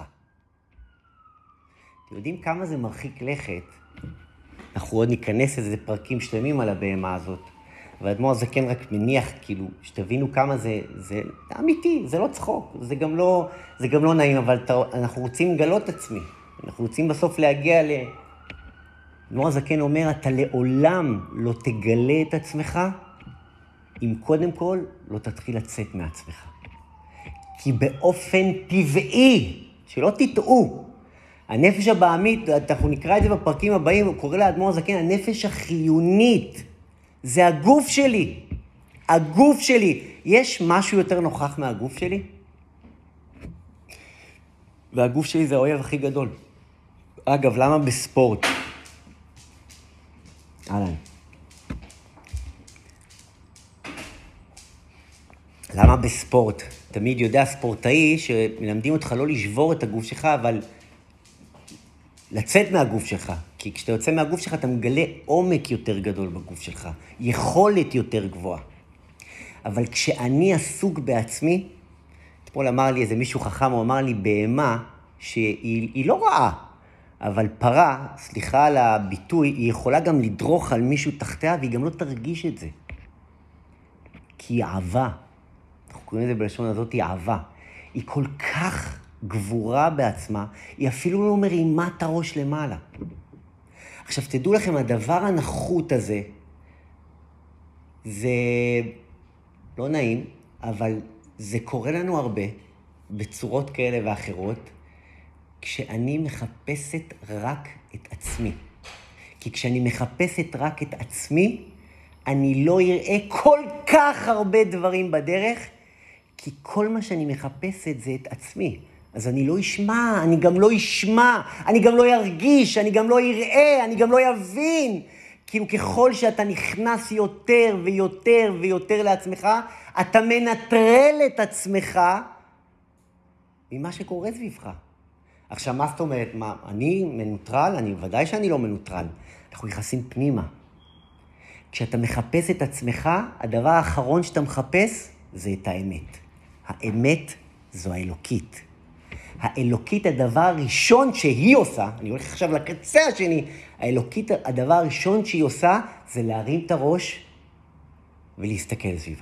אתם יודעים כמה זה מרחיק לכת? אנחנו עוד ניכנס איזה פרקים שלמים על הבהמה הזאת, והאדמו"ר הזקן רק מניח, כאילו, שתבינו כמה זה, זה אמיתי, זה לא צחוק, זה גם לא, זה גם לא נעים, אבל אנחנו רוצים לגלות עצמי, אנחנו רוצים בסוף להגיע ל... האדמו"ר הזקן אומר, אתה לעולם לא תגלה את עצמך, אם קודם כל לא תתחיל לצאת מעצמך. כי באופן טבעי, שלא תטעו, הנפש הבעמית, אנחנו נקרא את זה בפרקים הבאים, הוא קורא לאדמו"ר הזקן, הנפש החיונית, זה הגוף שלי. הגוף שלי. יש משהו יותר נוכח מהגוף שלי? והגוף שלי זה האויב הכי גדול. אגב, למה בספורט? אהלן. למה בספורט? תמיד יודע ספורטאי שמלמדים אותך לא לשבור את הגוף שלך, אבל לצאת מהגוף שלך. כי כשאתה יוצא מהגוף שלך, אתה מגלה עומק יותר גדול בגוף שלך, יכולת יותר גבוהה. אבל כשאני עסוק בעצמי, אתמול אמר לי איזה מישהו חכם, הוא אמר לי, בהמה שהיא היא לא רעה, אבל פרה, סליחה על הביטוי, היא יכולה גם לדרוך על מישהו תחתיה, והיא גם לא תרגיש את זה. כי היא אהבה. אנחנו קוראים לזה בלשון הזאת, היא אהבה. היא כל כך גבורה בעצמה, היא אפילו לא מרימה את הראש למעלה. עכשיו, תדעו לכם, הדבר הנחות הזה, זה לא נעים, אבל זה קורה לנו הרבה, בצורות כאלה ואחרות, כשאני מחפשת רק את עצמי. כי כשאני מחפשת רק את עצמי, אני לא אראה כל כך הרבה דברים בדרך, כי כל מה שאני מחפשת זה את עצמי. אז אני לא אשמע, אני גם לא אשמע, אני גם לא ירגיש, אני גם לא אראה, אני גם לא יבין. כאילו ככל שאתה נכנס יותר ויותר ויותר לעצמך, אתה מנטרל את עצמך ממה שקורה סביבך. עכשיו, מה זאת אומרת? מה, אני מנוטרל? אני, ודאי שאני לא מנוטרל. אנחנו נכנסים פנימה. כשאתה מחפש את עצמך, הדבר האחרון שאתה מחפש זה את האמת. האמת זו האלוקית. האלוקית, הדבר הראשון שהיא עושה, אני הולך עכשיו לקצה השני, האלוקית, הדבר הראשון שהיא עושה, זה להרים את הראש ולהסתכל סביבה.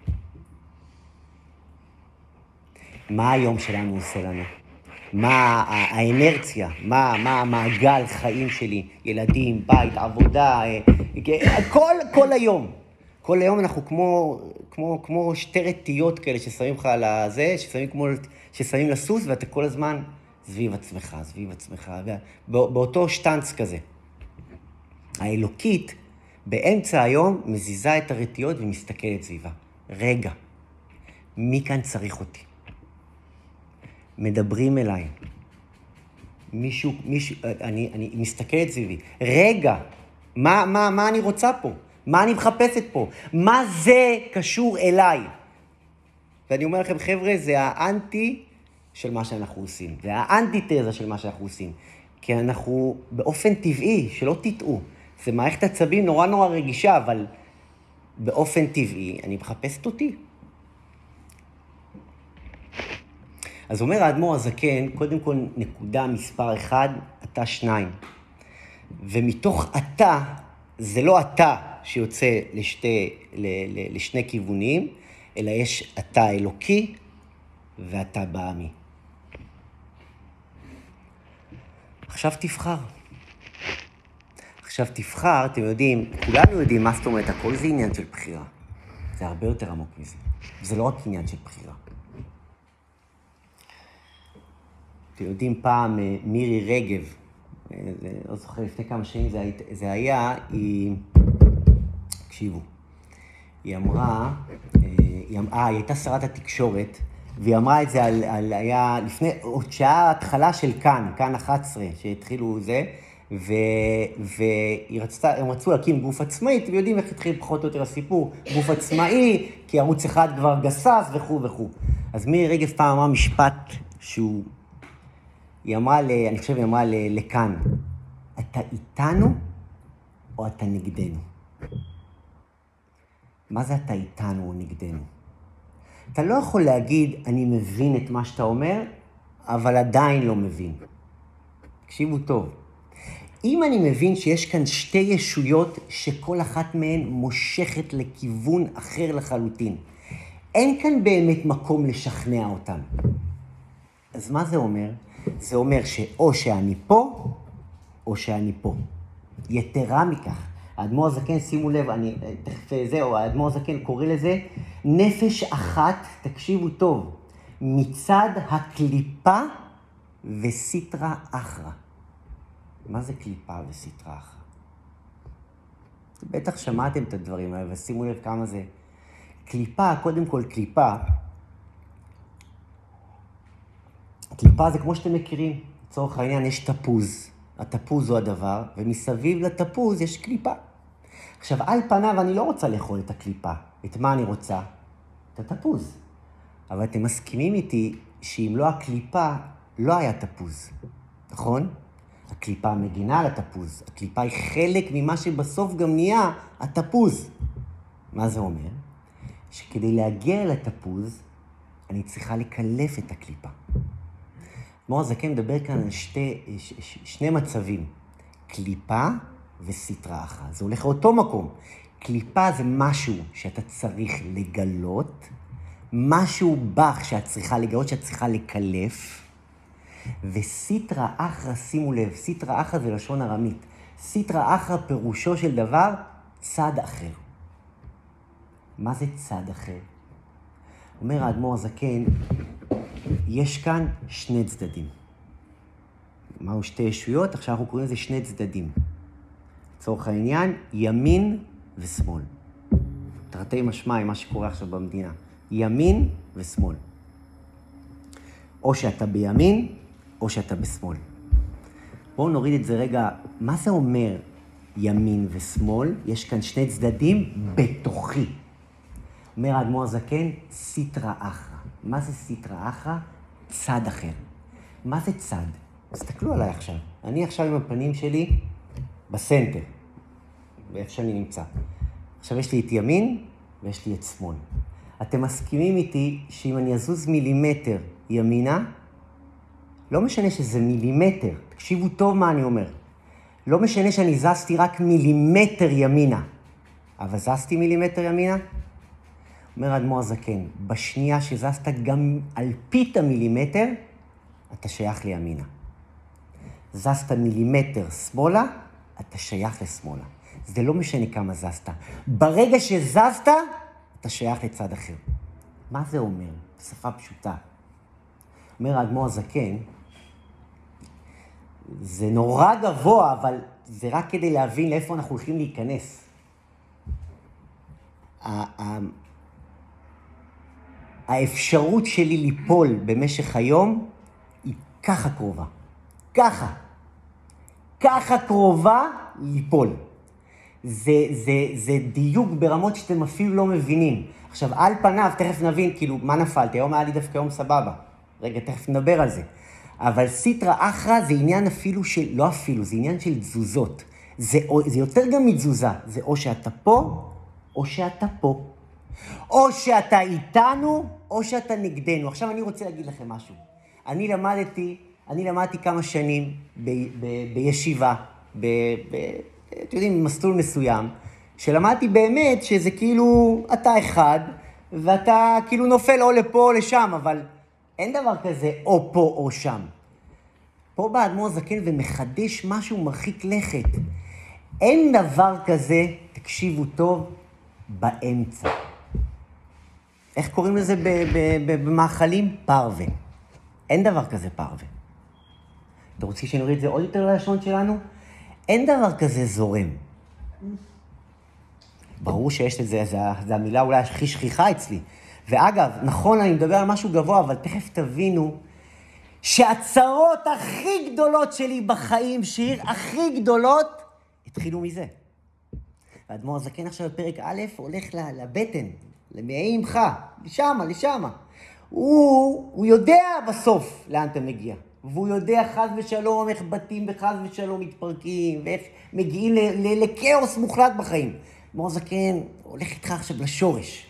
מה היום שלנו עושה לנו? מה האנרציה? מה, מה המעגל חיים שלי? ילדים, בית, עבודה, כל, כל היום. כל היום אנחנו כמו, כמו, כמו שתי רטיות כאלה ששמים לך על הזה, ששמים כמו, ששמים לסוס, ואתה כל הזמן סביב עצמך, סביב עצמך, באותו שטנץ כזה. האלוקית באמצע היום מזיזה את הרטיות ומסתכלת סביבה. רגע, מי כאן צריך אותי? מדברים אליי. מישהו, מישהו, אני, אני מסתכלת סביבי. רגע, מה, מה, מה אני רוצה פה? מה אני מחפשת פה? מה זה קשור אליי? ואני אומר לכם, חבר'ה, זה האנטי של מה שאנחנו עושים. זה האנטיתזה של מה שאנחנו עושים. כי אנחנו באופן טבעי, שלא תטעו, זה מערכת עצבים נורא נורא רגישה, אבל באופן טבעי אני מחפשת אותי. אז אומר האדמו"ר הזקן, קודם כל נקודה מספר אחד, אתה שניים. ומתוך אתה, זה לא אתה שיוצא לשתי, לשני כיוונים, אלא יש אתה אלוקי ואתה בעמי. עכשיו תבחר. עכשיו תבחר, אתם יודעים, כולנו יודעים מה זאת אומרת, הכל זה עניין של בחירה. זה הרבה יותר עמוק מזה. זה לא רק עניין של בחירה. אתם יודעים, פעם מירי רגב, לא זוכר, לפני כמה שנים זה, זה היה, היא, תקשיבו, היא אמרה, היא, אמרה, היא הייתה שרת התקשורת, והיא אמרה את זה על, על היה לפני, עוד שעה התחלה של כאן, כאן אחת עשרה, שהתחילו זה, ו, והיא רצתה, הם רצו להקים גוף עצמאי, אתם יודעים איך התחיל פחות או יותר הסיפור, גוף עצמאי, כי ערוץ אחד כבר גסס וכו' וכו'. אז מירי רגב פעם אמרה משפט שהוא, היא אמרה, אני חושב, היא אמרה לכאן, אתה איתנו או אתה נגדנו? מה זה אתה איתנו או נגדנו? אתה לא יכול להגיד, אני מבין את מה שאתה אומר, אבל עדיין לא מבין. תקשיבו טוב. אם אני מבין שיש כאן שתי ישויות שכל אחת מהן מושכת לכיוון אחר לחלוטין, אין כאן באמת מקום לשכנע אותן. אז מה זה אומר? זה אומר שאו שאני פה, או שאני פה. יתרה מכך. האדמו"ר הזקן, שימו לב, אני, תכף זהו, האדמו"ר הזקן קורא לזה, נפש אחת, תקשיבו טוב, מצד הקליפה וסיטרה אחרא. מה זה קליפה וסיטרה אחרא? בטח שמעתם את הדברים האלה, ושימו לב כמה זה. קליפה, קודם כל קליפה, קליפה זה כמו שאתם מכירים, לצורך העניין יש תפוז, התפוז הוא הדבר, ומסביב לתפוז יש קליפה. עכשיו, על פניו אני לא רוצה לאכול את הקליפה. את מה אני רוצה? את התפוז. אבל אתם מסכימים איתי שאם לא הקליפה, לא היה תפוז. נכון? הקליפה מגינה על התפוז. הקליפה היא חלק ממה שבסוף גם נהיה התפוז. מה זה אומר? שכדי להגיע לתפוז, אני צריכה לקלף את הקליפה. האדמו"ר הזקן מדבר כאן על שתי, ש, ש, שני מצבים, קליפה וסיטרה אחרא. זה הולך לאותו מקום. קליפה זה משהו שאתה צריך לגלות, משהו בך שאת צריכה לגלות, שאת צריכה לקלף, וסיטרה אחרא, שימו לב, סיטרה אחרא זה לשון ארמית. סיטרה אחרא פירושו של דבר צד אחר. מה זה צד אחר? אומר האדמו"ר הזקן, יש כאן שני צדדים. מהו שתי ישויות? עכשיו אנחנו קוראים לזה שני צדדים. לצורך העניין, ימין ושמאל. תרתי משמע, מה שקורה עכשיו במדינה. ימין ושמאל. או שאתה בימין, או שאתה בשמאל. בואו נוריד את זה רגע. מה זה אומר ימין ושמאל? יש כאן שני צדדים בתוכי. אומר האדמו"ר הזקן, סיטרה אחרא. מה זה סיטרה אחרא? צד אחר. מה זה צד? תסתכלו עליי עכשיו. אני עכשיו עם הפנים שלי בסנטר, באיפה שאני נמצא. עכשיו יש לי את ימין ויש לי את שמאל. אתם מסכימים איתי שאם אני אזוז מילימטר ימינה, לא משנה שזה מילימטר, תקשיבו טוב מה אני אומר. לא משנה שאני זזתי רק מילימטר ימינה. אבל זזתי מילימטר ימינה? אומר האדמו"ר הזקן, בשנייה שזזת גם אלפית המילימטר, אתה שייך לימינה. זזת מילימטר שמאלה, אתה שייך לשמאלה. זה לא משנה כמה זזת. ברגע שזזת, אתה שייך לצד אחר. מה זה אומר? בשפה פשוטה. אומר האדמו"ר הזקן, זה נורא גבוה, אבל זה רק כדי להבין לאיפה אנחנו הולכים להיכנס. האפשרות שלי ליפול במשך היום היא ככה קרובה. ככה. ככה קרובה ליפול. זה, זה, זה דיוק ברמות שאתם אפילו לא מבינים. עכשיו, על פניו, תכף נבין, כאילו, מה נפלתי? היום היה לי דווקא יום סבבה. רגע, תכף נדבר על זה. אבל סיטרא אחרא זה עניין אפילו של, לא אפילו, זה עניין של תזוזות. זה, זה יותר גם מתזוזה. זה או שאתה פה, או שאתה פה. או שאתה איתנו, או שאתה נגדנו. עכשיו אני רוצה להגיד לכם משהו. אני למדתי, אני למדתי כמה שנים ב, ב, בישיבה, ב, ב, אתם יודעים, מסלול מסוים, שלמדתי באמת שזה כאילו אתה אחד, ואתה כאילו נופל או לפה או לשם, אבל אין דבר כזה או פה או שם. פה בא האדמו"ר הזקן ומחדש משהו מרחיק לכת. אין דבר כזה, תקשיבו טוב, באמצע. איך קוראים לזה במאכלים? פרווה. אין דבר כזה פרווה. אתם רוצים שנוריד את זה עוד יותר ללשון שלנו? אין דבר כזה זורם. ברור שיש לזה, זה, זה המילה אולי הכי שכיחה אצלי. ואגב, נכון, אני מדבר על משהו גבוה, אבל תכף תבינו שהצרות הכי גדולות שלי בחיים, שיר הכי גדולות, התחילו מזה. והאדמו"ר הזקן עכשיו בפרק א' הולך לבטן, למעי עמך, לשמה, לשמה. הוא, הוא יודע בסוף לאן אתה מגיע. והוא יודע חס ושלום איך בתים וחס ושלום מתפרקים, ואיך מגיעים לכאוס מוחלט בחיים. האדמו"ר הזקן הולך איתך עכשיו לשורש.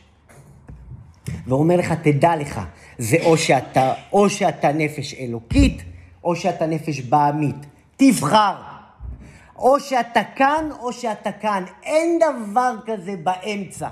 ואומר לך, תדע לך, זה או שאתה, או שאתה נפש אלוקית, או שאתה נפש בעמית. תבחר. או שאתה כאן, או שאתה כאן. אין דבר כזה באמצע.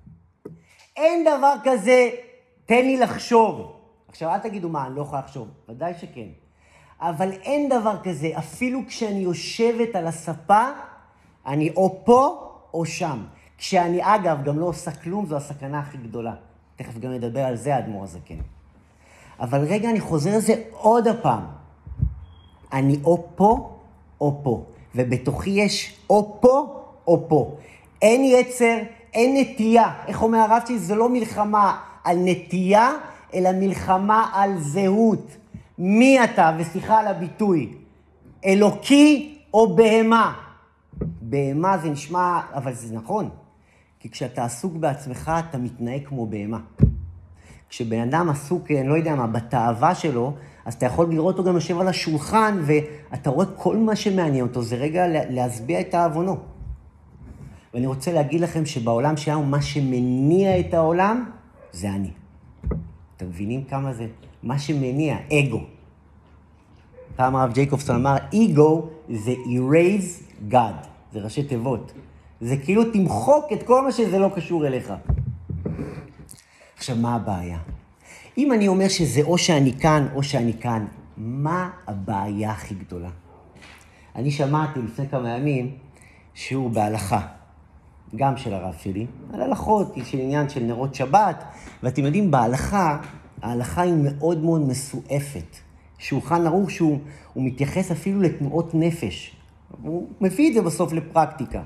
אין דבר כזה, תן לי לחשוב. עכשיו, אל תגידו מה, אני לא יכולה לחשוב. ודאי שכן. אבל אין דבר כזה. אפילו כשאני יושבת על הספה, אני או פה או שם. כשאני, אגב, גם לא עושה כלום, זו הסכנה הכי גדולה. תכף גם נדבר על זה, האדמו"ר הזקן. אבל רגע, אני חוזר על זה עוד הפעם. אני או פה או פה. ובתוכי יש או פה או פה. אין יצר, אין נטייה. איך אומר הרב שלי? זה לא מלחמה על נטייה, אלא מלחמה על זהות. מי אתה? וסליחה על הביטוי. אלוקי או בהמה? בהמה זה נשמע, אבל זה נכון. כי כשאתה עסוק בעצמך, אתה מתנהג כמו בהמה. כשבן אדם עסוק, אני לא יודע מה, בתאווה שלו, אז אתה יכול לראות אותו גם יושב על השולחן, ואתה רואה כל מה שמעניין אותו, זה רגע להסביע את האבונו. ואני רוצה להגיד לכם שבעולם שלנו, מה שמניע את העולם, זה אני. אתם מבינים כמה זה? מה שמניע, אגו. פעם הרב ג'ייקובסון אמר, אגו זה erase God, זה ראשי תיבות. זה כאילו תמחוק את כל מה שזה לא קשור אליך. עכשיו, מה הבעיה? אם אני אומר שזה או שאני כאן או שאני כאן, מה הבעיה הכי גדולה? אני שמעתי לפני כמה ימים שיעור בהלכה, גם של הרב שלי, על הלכות, של עניין של נרות שבת, ואתם יודעים, בהלכה, ההלכה היא מאוד מאוד מסועפת. שולחן ערוך שהוא הוא מתייחס אפילו לתנועות נפש. הוא מביא את זה בסוף לפרקטיקה.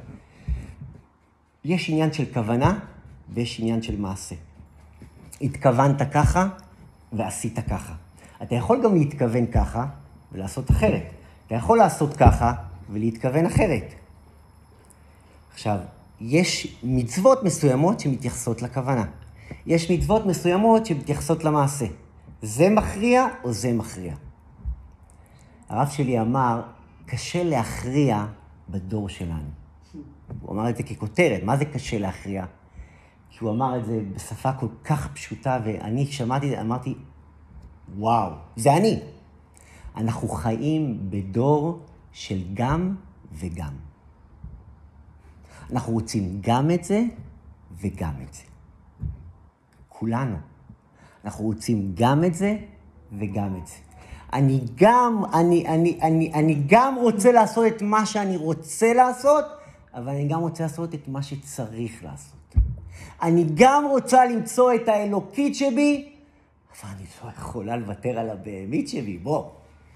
יש עניין של כוונה ויש עניין של מעשה. התכוונת ככה ועשית ככה. אתה יכול גם להתכוון ככה ולעשות אחרת. אתה יכול לעשות ככה ולהתכוון אחרת. עכשיו, יש מצוות מסוימות שמתייחסות לכוונה. יש מצוות מסוימות שמתייחסות למעשה. זה מכריע או זה מכריע? הרב שלי אמר, קשה להכריע בדור שלנו. הוא אמר את זה ככותרת, מה זה קשה להכריע? כי הוא אמר את זה בשפה כל כך פשוטה, ואני שמעתי את זה, אמרתי, וואו, זה אני. אנחנו חיים בדור של גם וגם. אנחנו רוצים גם את זה וגם את זה. כולנו. אנחנו רוצים גם את זה וגם את זה. אני גם, אני, אני, אני, אני גם רוצה לעשות את מה שאני רוצה לעשות, אבל אני גם רוצה לעשות את מה שצריך לעשות. אני גם רוצה למצוא את האלוקית שבי, אבל אני לא יכולה לוותר על הבהמית שבי, בוא.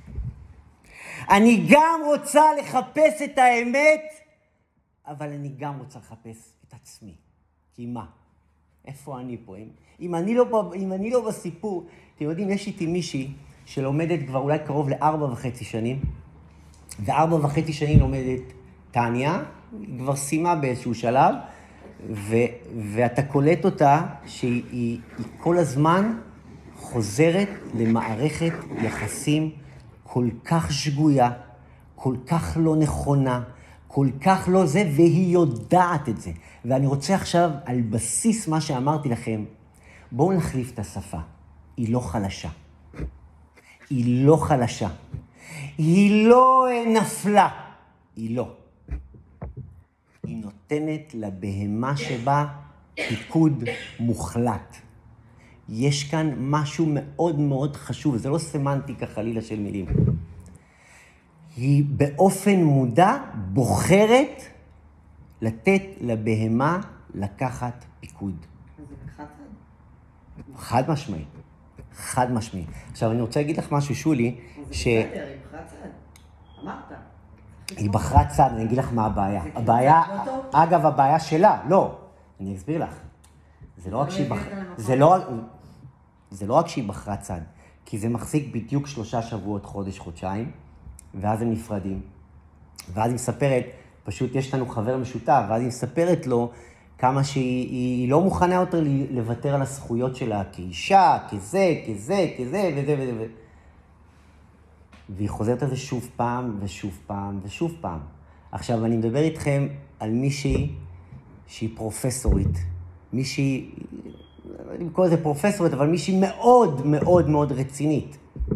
אני גם רוצה לחפש את האמת, אבל אני גם רוצה לחפש את עצמי. כי מה? איפה אני פה? אם, אם, אני לא, אם אני לא בסיפור, אתם יודעים, יש איתי מישהי שלומדת כבר אולי קרוב לארבע וחצי שנים, וארבע וחצי שנים לומדת טניה, היא כבר סיימה באיזשהו שלב, ו, ואתה קולט אותה שהיא היא, היא כל הזמן חוזרת למערכת יחסים כל כך שגויה, כל כך לא נכונה, כל כך לא זה, והיא יודעת את זה. ואני רוצה עכשיו, על בסיס מה שאמרתי לכם, בואו נחליף את השפה. היא לא חלשה. היא לא חלשה. היא לא נפלה. היא לא. היא נותנת לבהמה שבה פיקוד מוחלט. יש כאן משהו מאוד מאוד חשוב, זה לא סמנטיקה חלילה של מילים. היא באופן מודע בוחרת לתת לבהמה לקחת פיקוד. אז זה לקחה צד. חד משמעי. חד משמעי. עכשיו, אני רוצה להגיד לך משהו, שולי, ש... זה בסדר, היא בחרה צד. אמרת. היא בחרה צד, אני אגיד לך מה הבעיה. זה הבעיה, לא טוב? אגב, הבעיה שלה, לא. אני אסביר לך. זה לא רק שהיא בחרה... זה לא... זה לא רק שהיא בחרה צד, כי זה מחזיק בדיוק שלושה שבועות, חודש, חודשיים, ואז הם נפרדים. ואז היא מספרת, פשוט יש לנו חבר משותף, ואז היא מספרת לו כמה שהיא היא לא מוכנה יותר לוותר על הזכויות שלה כאישה, כזה, כזה, כזה, וזה וזה וזה. והיא חוזרת על זה שוב פעם, ושוב פעם, ושוב פעם. עכשיו, אני מדבר איתכם על מישהי שהיא פרופסורית, מישהי, אני קורא לזה פרופסורית, אבל מישהי מאוד מאוד מאוד רצינית.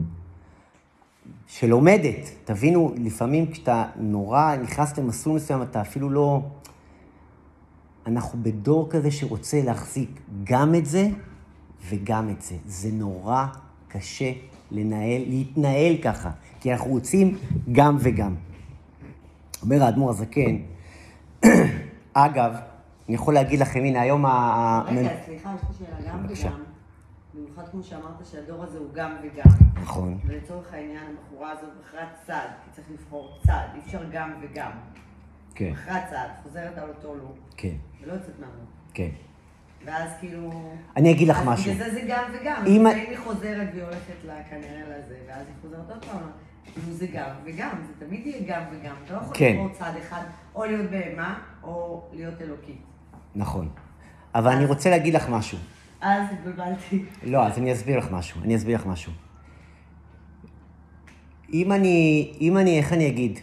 שלומדת, תבינו, לפעמים כשאתה נורא נכנס למסלול מסוים, אתה אפילו לא... אנחנו בדור כזה שרוצה להחזיק גם את זה וגם את זה. זה נורא קשה לנהל, להתנהל ככה, כי אנחנו רוצים גם וגם. אומר האדמו"ר הזקן, אגב, אני יכול להגיד לכם, הנה, היום ה... רגע, סליחה, יש לי שאלה גם בבקשה. וגם. במיוחד כמו שאמרת שהדור הזה הוא גם וגם. נכון. ולצורך העניין, הבחורה הזאת בחרה צד, כי צריך לבחור צד, אי אפשר גם וגם. כן, בחרה צד, חוזרת על אותו לוק, כן, ולא יוצאת מהמוק. כן. ואז כאילו... אני אגיד לך אז משהו. בגלל זה זה גם וגם. אם- אם היא חוזרת והיא הולכת לה כנראה לזה, ואז היא חוזרת עוד פעם, כאילו זה גם וגם, זה תמיד יהיה גם וגם. אתה לא יכול כן. לבחור צד אחד, או להיות בהמה, או להיות אלוקית. נכון. אבל אני רוצה להגיד לך משהו. אז התבלבלתי. לא, אז אני אסביר לך משהו. אני אסביר לך משהו. אם אני, אם אני, איך אני אגיד?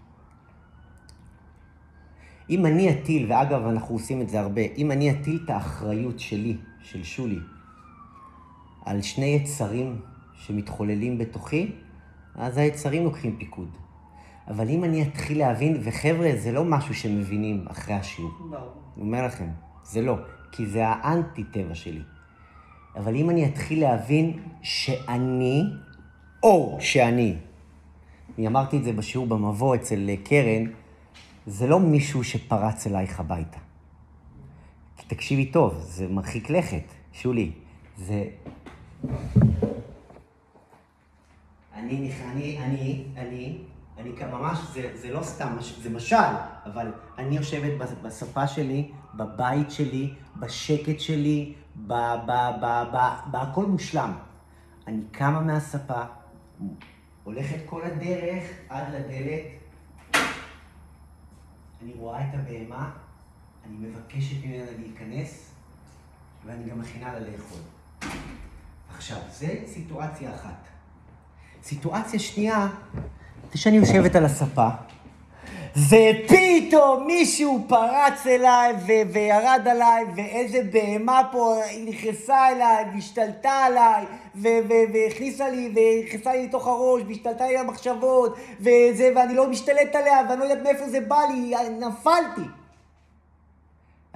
אם אני אטיל, ואגב, אנחנו עושים את זה הרבה, אם אני אטיל את האחריות שלי, של שולי, על שני יצרים שמתחוללים בתוכי, אז היצרים לוקחים פיקוד. אבל אם אני אתחיל להבין, וחבר'ה, זה לא משהו שמבינים אחרי השיעור. ברור. אני אומר לכם, זה לא, כי זה האנטי-טבע שלי. אבל אם אני אתחיל להבין שאני, או שאני, אני אמרתי את זה בשיעור במבוא אצל קרן, זה לא מישהו שפרץ אלייך הביתה. כי תקשיבי טוב, זה מרחיק לכת, שולי. זה... אני, אני, אני, אני, אני ממש, זה, זה לא סתם, זה משל, אבל אני יושבת בשפה שלי, בבית שלי, בשקט שלי, ב, ב, ב, ב, בהכל מושלם. אני קמה מהספה, הולכת כל הדרך עד לדלת, אני רואה את הבהמה, אני מבקשת ממנה להיכנס, ואני גם מכינה לה לאכול. עכשיו, זה סיטואציה אחת. סיטואציה שנייה, זה שאני יושבת על הספה, ופתאום מישהו פרץ אליי ו- וירד עליי, ואיזה בהמה פה נכנסה אליי, והשתלטה עליי, ו- ו- והכניסה לי, והכניסה לי לתוך הראש, והשתלטה לי למחשבות, וזה, ואני לא משתלט עליה, ואני לא יודעת מאיפה זה בא לי, נפלתי.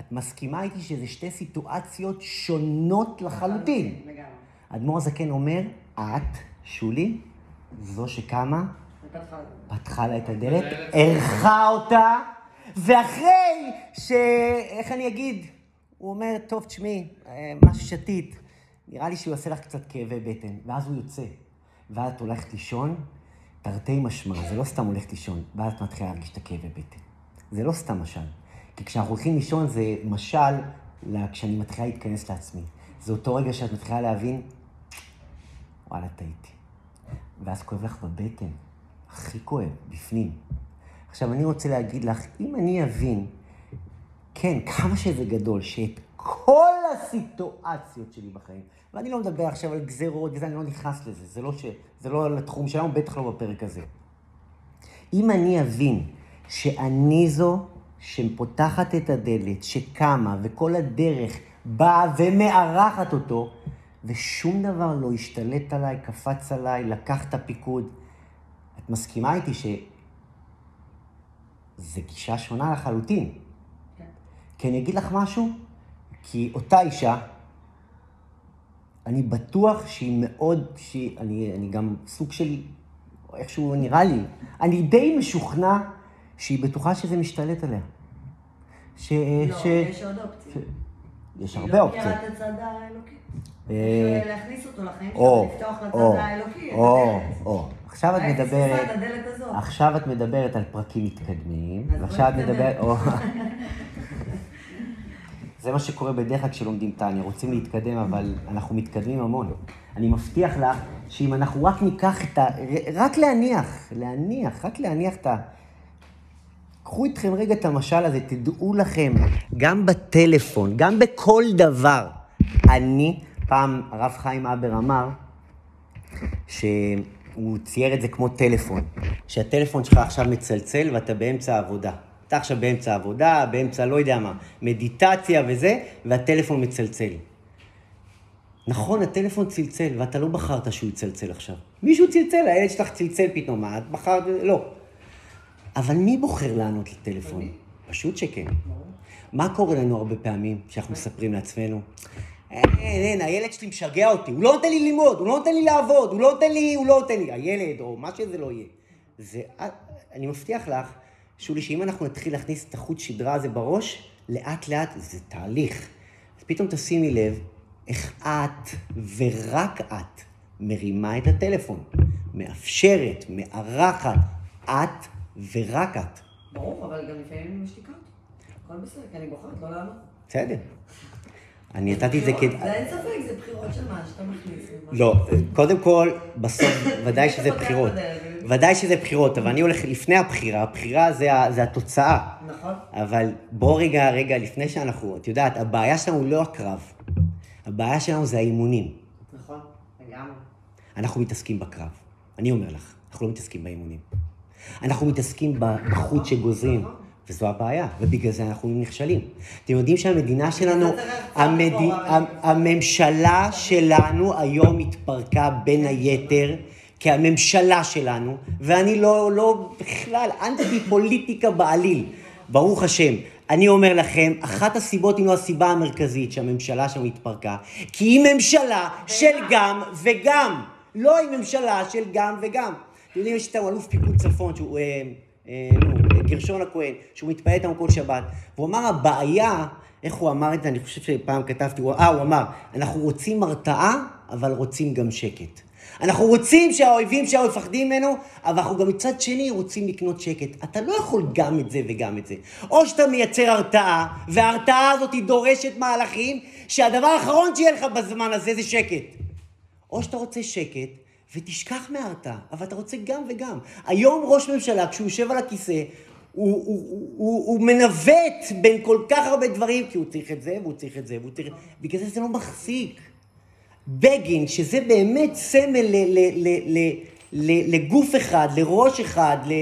את מסכימה איתי שזה שתי סיטואציות שונות לחלוטין. לגמרי. אדמו"ר הזקן אומר, את, שולי, זו שקמה, ופתחה. פתחה לה את הדלת, ערכה אותה, ואחרי ש... איך אני אגיד? הוא אומר, טוב, תשמעי, מה ששתית, נראה לי שהוא עושה לך קצת כאבי בטן, ואז הוא יוצא. ואז את הולכת לישון, תרתי משמע, זה לא סתם הולכת לישון, ואז את מתחילה להרגיש את הכאבי בטן. זה לא סתם משל. כי כשאנחנו הולכים לישון זה משל כשאני מתחילה להתכנס לעצמי. זה אותו רגע שאת מתחילה להבין, וואלה, טעיתי. ואז כואב לך בבטן, הכי כואב, בפנים. עכשיו, אני רוצה להגיד לך, אם אני אבין, כן, כמה שזה גדול, שאת כל הסיטואציות שלי בחיים, ואני לא מדבר עכשיו על גזרות, וזה, אני לא נכנס לזה, זה לא, ש... זה לא לתחום שלנו, בטח לא בפרק הזה. אם אני אבין שאני זו שפותחת את הדלת, שקמה, וכל הדרך באה ומארחת אותו, ושום דבר לא השתלט עליי, קפץ עליי, לקח את הפיקוד. את מסכימה איתי שזו גישה שונה לחלוטין. כן. כי אני אגיד לך משהו, כי אותה אישה, אני בטוח שהיא מאוד, שהיא, אני, אני גם סוג של, איכשהו נראה לי, אני די משוכנע שהיא בטוחה שזה משתלט עליה. ש... לא, ש... יש עוד אופציות. יש היא הרבה לא אופציות. מכירה את הצד האלוקי. אה, להכניס אותו לחיים או, שלו, לפתוח לצד או, האלוקי. את או, הדלת. או. עכשיו את הייתי מדברת, שפה את הדלת הזאת. עכשיו את מדברת על פרקים מתקדמים, אז ועכשיו את בואי נתקדם. מדברת, או... זה מה שקורה בדרך כלל כשלומדים טניה, רוצים להתקדם, אבל אנחנו מתקדמים המון. אני מבטיח לך שאם אנחנו רק ניקח את ה... רק להניח, להניח, רק להניח את ה... קחו איתכם רגע את המשל הזה, תדעו לכם, גם בטלפון, גם בכל דבר. אני, פעם הרב חיים אבר אמר, שהוא צייר את זה כמו טלפון. שהטלפון שלך עכשיו מצלצל ואתה באמצע העבודה. אתה עכשיו באמצע העבודה, באמצע לא יודע מה, מדיטציה וזה, והטלפון מצלצל. נכון, הטלפון צלצל, ואתה לא בחרת שהוא יצלצל עכשיו. מישהו צלצל, הילד שלך צלצל פתאום, מה? את בחרת? לא. אבל מי בוחר לענות לטלפון? פשוט שכן. מה קורה לנו הרבה פעמים שאנחנו מספרים לעצמנו? אין, אין, הילד שלי משגע אותי, הוא לא נותן לי ללמוד, הוא לא נותן לי לעבוד, הוא לא נותן לי, הוא לא נותן לי, הילד או מה שזה לא יהיה. זה, אני מבטיח לך, שולי, שאם אנחנו נתחיל להכניס את החוט שדרה הזה בראש, לאט לאט זה תהליך. אז פתאום תשימי לב איך את ורק את מרימה את הטלפון, מאפשרת, מארחת, את ורק את. ברור, אבל גם לפעמים אני משתיקה אותי. הכל בסדר, כי אני בוחרת לא לענות. בסדר. אני נתתי את זה כדי... זה אין ספק, זה בחירות של מה שאתה מכניס. לא, קודם כל, בסוף, ודאי שזה בחירות. ודאי שזה בחירות, אבל אני הולך לפני הבחירה, הבחירה זה, זה התוצאה. נכון. אבל בוא רגע, רגע, לפני שאנחנו, את יודעת, הבעיה שלנו הוא לא הקרב. הבעיה שלנו זה האימונים. נכון, לגמרי. אנחנו מתעסקים בקרב. אני אומר לך, אנחנו לא מתעסקים באימונים. אנחנו מתעסקים בחוט שגוזרים, וזו הבעיה, ובגלל זה אנחנו נכשלים. אתם יודעים שהמדינה שלנו, המד... הממשלה שלנו היום התפרקה בין היתר, כי הממשלה שלנו, ואני לא, לא בכלל, אנטי פוליטיקה בעליל, ברוך השם. אני אומר לכם, אחת הסיבות, אם לא הסיבה המרכזית שהממשלה שלנו התפרקה, כי היא ממשלה של גם וגם, לא היא ממשלה של גם וגם. אתם יודעים, יש איתנו אלוף פיקוד צפון, שהוא, אה, אה, נו, גרשון הכהן, שהוא מתפעל איתנו כל שבת, והוא אמר, הבעיה, איך הוא אמר את זה, אני חושב שפעם כתבתי, אה, הוא אמר, אנחנו רוצים הרתעה, אבל רוצים גם שקט. אנחנו רוצים שהאויבים שהאויבים מפחדים ממנו, אבל אנחנו גם מצד שני רוצים לקנות שקט. אתה לא יכול גם את זה וגם את זה. או שאתה מייצר הרתעה, וההרתעה הזאת היא דורשת מהלכים, שהדבר האחרון שיהיה לך בזמן הזה זה שקט. או שאתה רוצה שקט, ותשכח מההרתעה, אבל אתה רוצה גם וגם. היום ראש ממשלה, כשהוא יושב על הכיסא, הוא, הוא, הוא, הוא, הוא מנווט בין כל כך הרבה דברים, כי הוא צריך את זה, והוא צריך את זה, והוא צריך... בגלל זה זה לא מחזיק. בגין, שזה באמת סמל ל, ל, ל, ל, ל, לגוף אחד, לראש אחד, ל...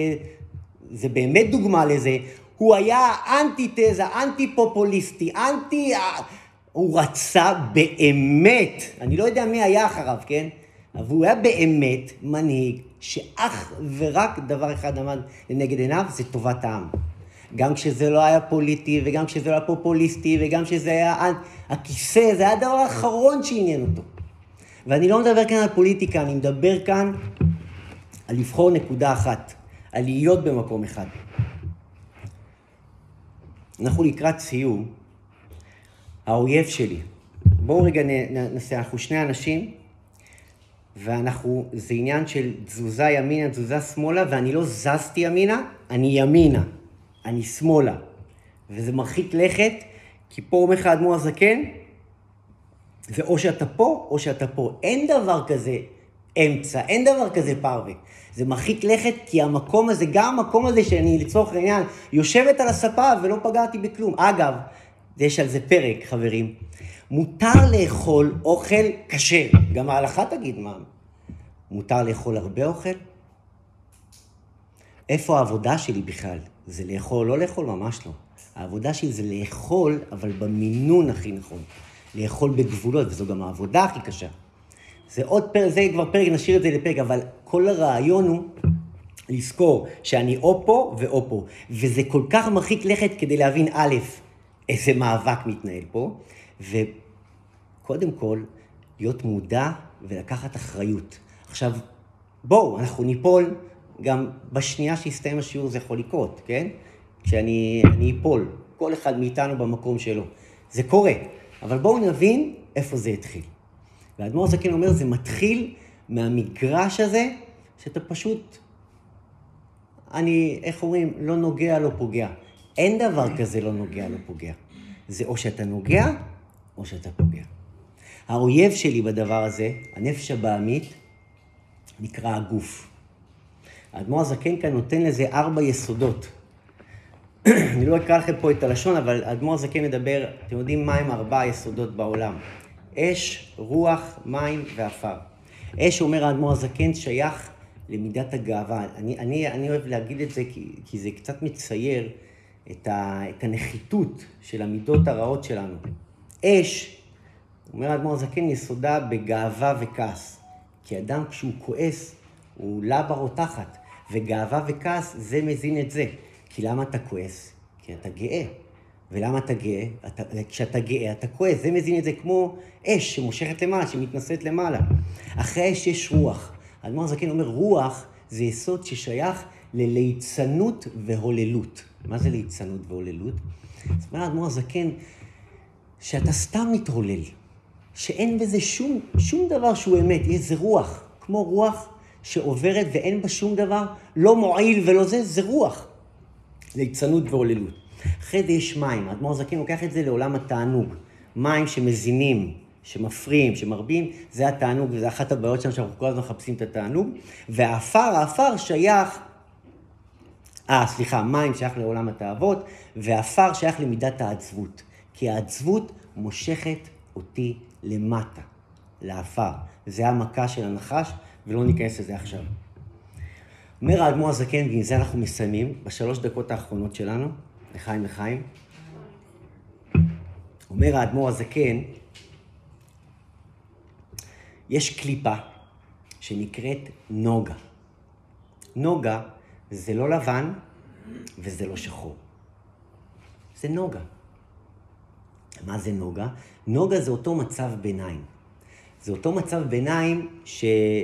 זה באמת דוגמה לזה, הוא היה אנטי-תזה, אנטי-פופוליסטי, אנטי... הוא רצה באמת, אני לא יודע מי היה אחריו, כן? אבל הוא היה באמת מנהיג שאך ורק דבר אחד עמד לנגד עיניו, זה טובת העם. גם כשזה לא היה פוליטי, וגם כשזה לא היה פופוליסטי, וגם כשזה היה הכיסא, זה היה הדבר האחרון שעניין אותו. ואני לא מדבר כאן על פוליטיקה, אני מדבר כאן על לבחור נקודה אחת, על להיות במקום אחד. אנחנו לקראת סיום, האויב שלי. בואו רגע ננסה, אנחנו שני אנשים, ואנחנו, זה עניין של תזוזה ימינה, תזוזה שמאלה, ואני לא זזתי ימינה, אני ימינה, אני שמאלה. וזה מרחיק לכת, כי פה אומר לך האדמו"ר הזקן, זה או שאתה פה, או שאתה פה. אין דבר כזה אמצע, אין דבר כזה פרווה. זה מרחיק לכת, כי המקום הזה, גם המקום הזה שאני לצורך העניין, יושבת על הספה ולא פגעתי בכלום. אגב, יש על זה פרק, חברים. מותר לאכול אוכל כשר. גם ההלכה תגיד מה. מותר לאכול הרבה אוכל? איפה העבודה שלי בכלל? זה לאכול, לא לאכול, ממש לא. העבודה שלי זה לאכול, אבל במינון הכי נכון. לאכול בגבולות, וזו גם העבודה הכי קשה. זה עוד פרק, זה כבר פרק, נשאיר את זה לפרק, אבל כל הרעיון הוא לזכור שאני או פה ואו פה. וזה כל כך מרחיק לכת כדי להבין א', איזה מאבק מתנהל פה, וקודם כל, להיות מודע ולקחת אחריות. עכשיו, בואו, אנחנו ניפול, גם בשנייה שיסתיים השיעור זה יכול לקרות, כן? כשאני אני אפול, כל אחד מאיתנו במקום שלו. זה קורה, אבל בואו נבין איפה זה התחיל. והאדמו"ר הזקן אומר, זה מתחיל מהמגרש הזה, שאתה פשוט, אני, איך אומרים, לא נוגע, לא פוגע. אין דבר כזה לא נוגע, לא פוגע. זה או שאתה נוגע, או שאתה פוגע. האויב שלי בדבר הזה, הנפש הבעמית, נקרא הגוף. האדמו"ר הזקן כאן נותן לזה ארבע יסודות. אני לא אקרא לכם פה את הלשון, אבל האדמו"ר הזקן מדבר, אתם יודעים מה הם ארבע היסודות בעולם. אש, רוח, מים ואפר. אש, אומר האדמו"ר הזקן, שייך למידת הגאווה. אני, אני, אני אוהב להגיד את זה כי, כי זה קצת מצייר את, ה, את הנחיתות של המידות הרעות שלנו. אש, אומר האדמו"ר הזקן, יסודה בגאווה וכעס. כי אדם כשהוא כועס, הוא לבה רותחת, וגאווה וכעס זה מזין את זה. כי למה אתה כועס? כי אתה גאה. ולמה אתה גאה? אתה, כשאתה גאה, אתה כועס. זה מזין את זה כמו אש שמושכת למעלה, שמתנשאת למעלה. אחרי אש יש רוח. האדמו"ר הזקן אומר, רוח זה יסוד ששייך לליצנות והוללות. מה זה ליצנות והוללות? זאת אומרת, האדמו"ר הזקן, שאתה סתם מתהולל, שאין בזה שום, שום דבר שהוא אמת, יש זה רוח, כמו רוח שעוברת ואין בה שום דבר, לא מועיל ולא זה, זה רוח. ליצנות והוללות. אחרי זה יש מים, האדמו"ר הזקן לוקח את זה לעולם התענוג. מים שמזינים, שמפריעים, שמרבים, זה התענוג, וזה אחת הבעיות שם שאנחנו כל הזמן מחפשים את התענוג. והאפר, האפר שייך, אה, סליחה, מים שייך לעולם התאוות, והאפר שייך למידת העצבות. כי העצבות מושכת אותי למטה, לאפר. זה המכה של הנחש, ולא ניכנס לזה עכשיו. אומר האדמו"ר הזקן, ועם זה אנחנו מסיימים, בשלוש דקות האחרונות שלנו, לחיים לחיים. אומר האדמו"ר הזקן, יש קליפה שנקראת נוגה. נוגה זה לא לבן וזה לא שחור. זה נוגה. מה זה נוגה? נוגה זה אותו מצב ביניים. זה אותו מצב ביניים ש...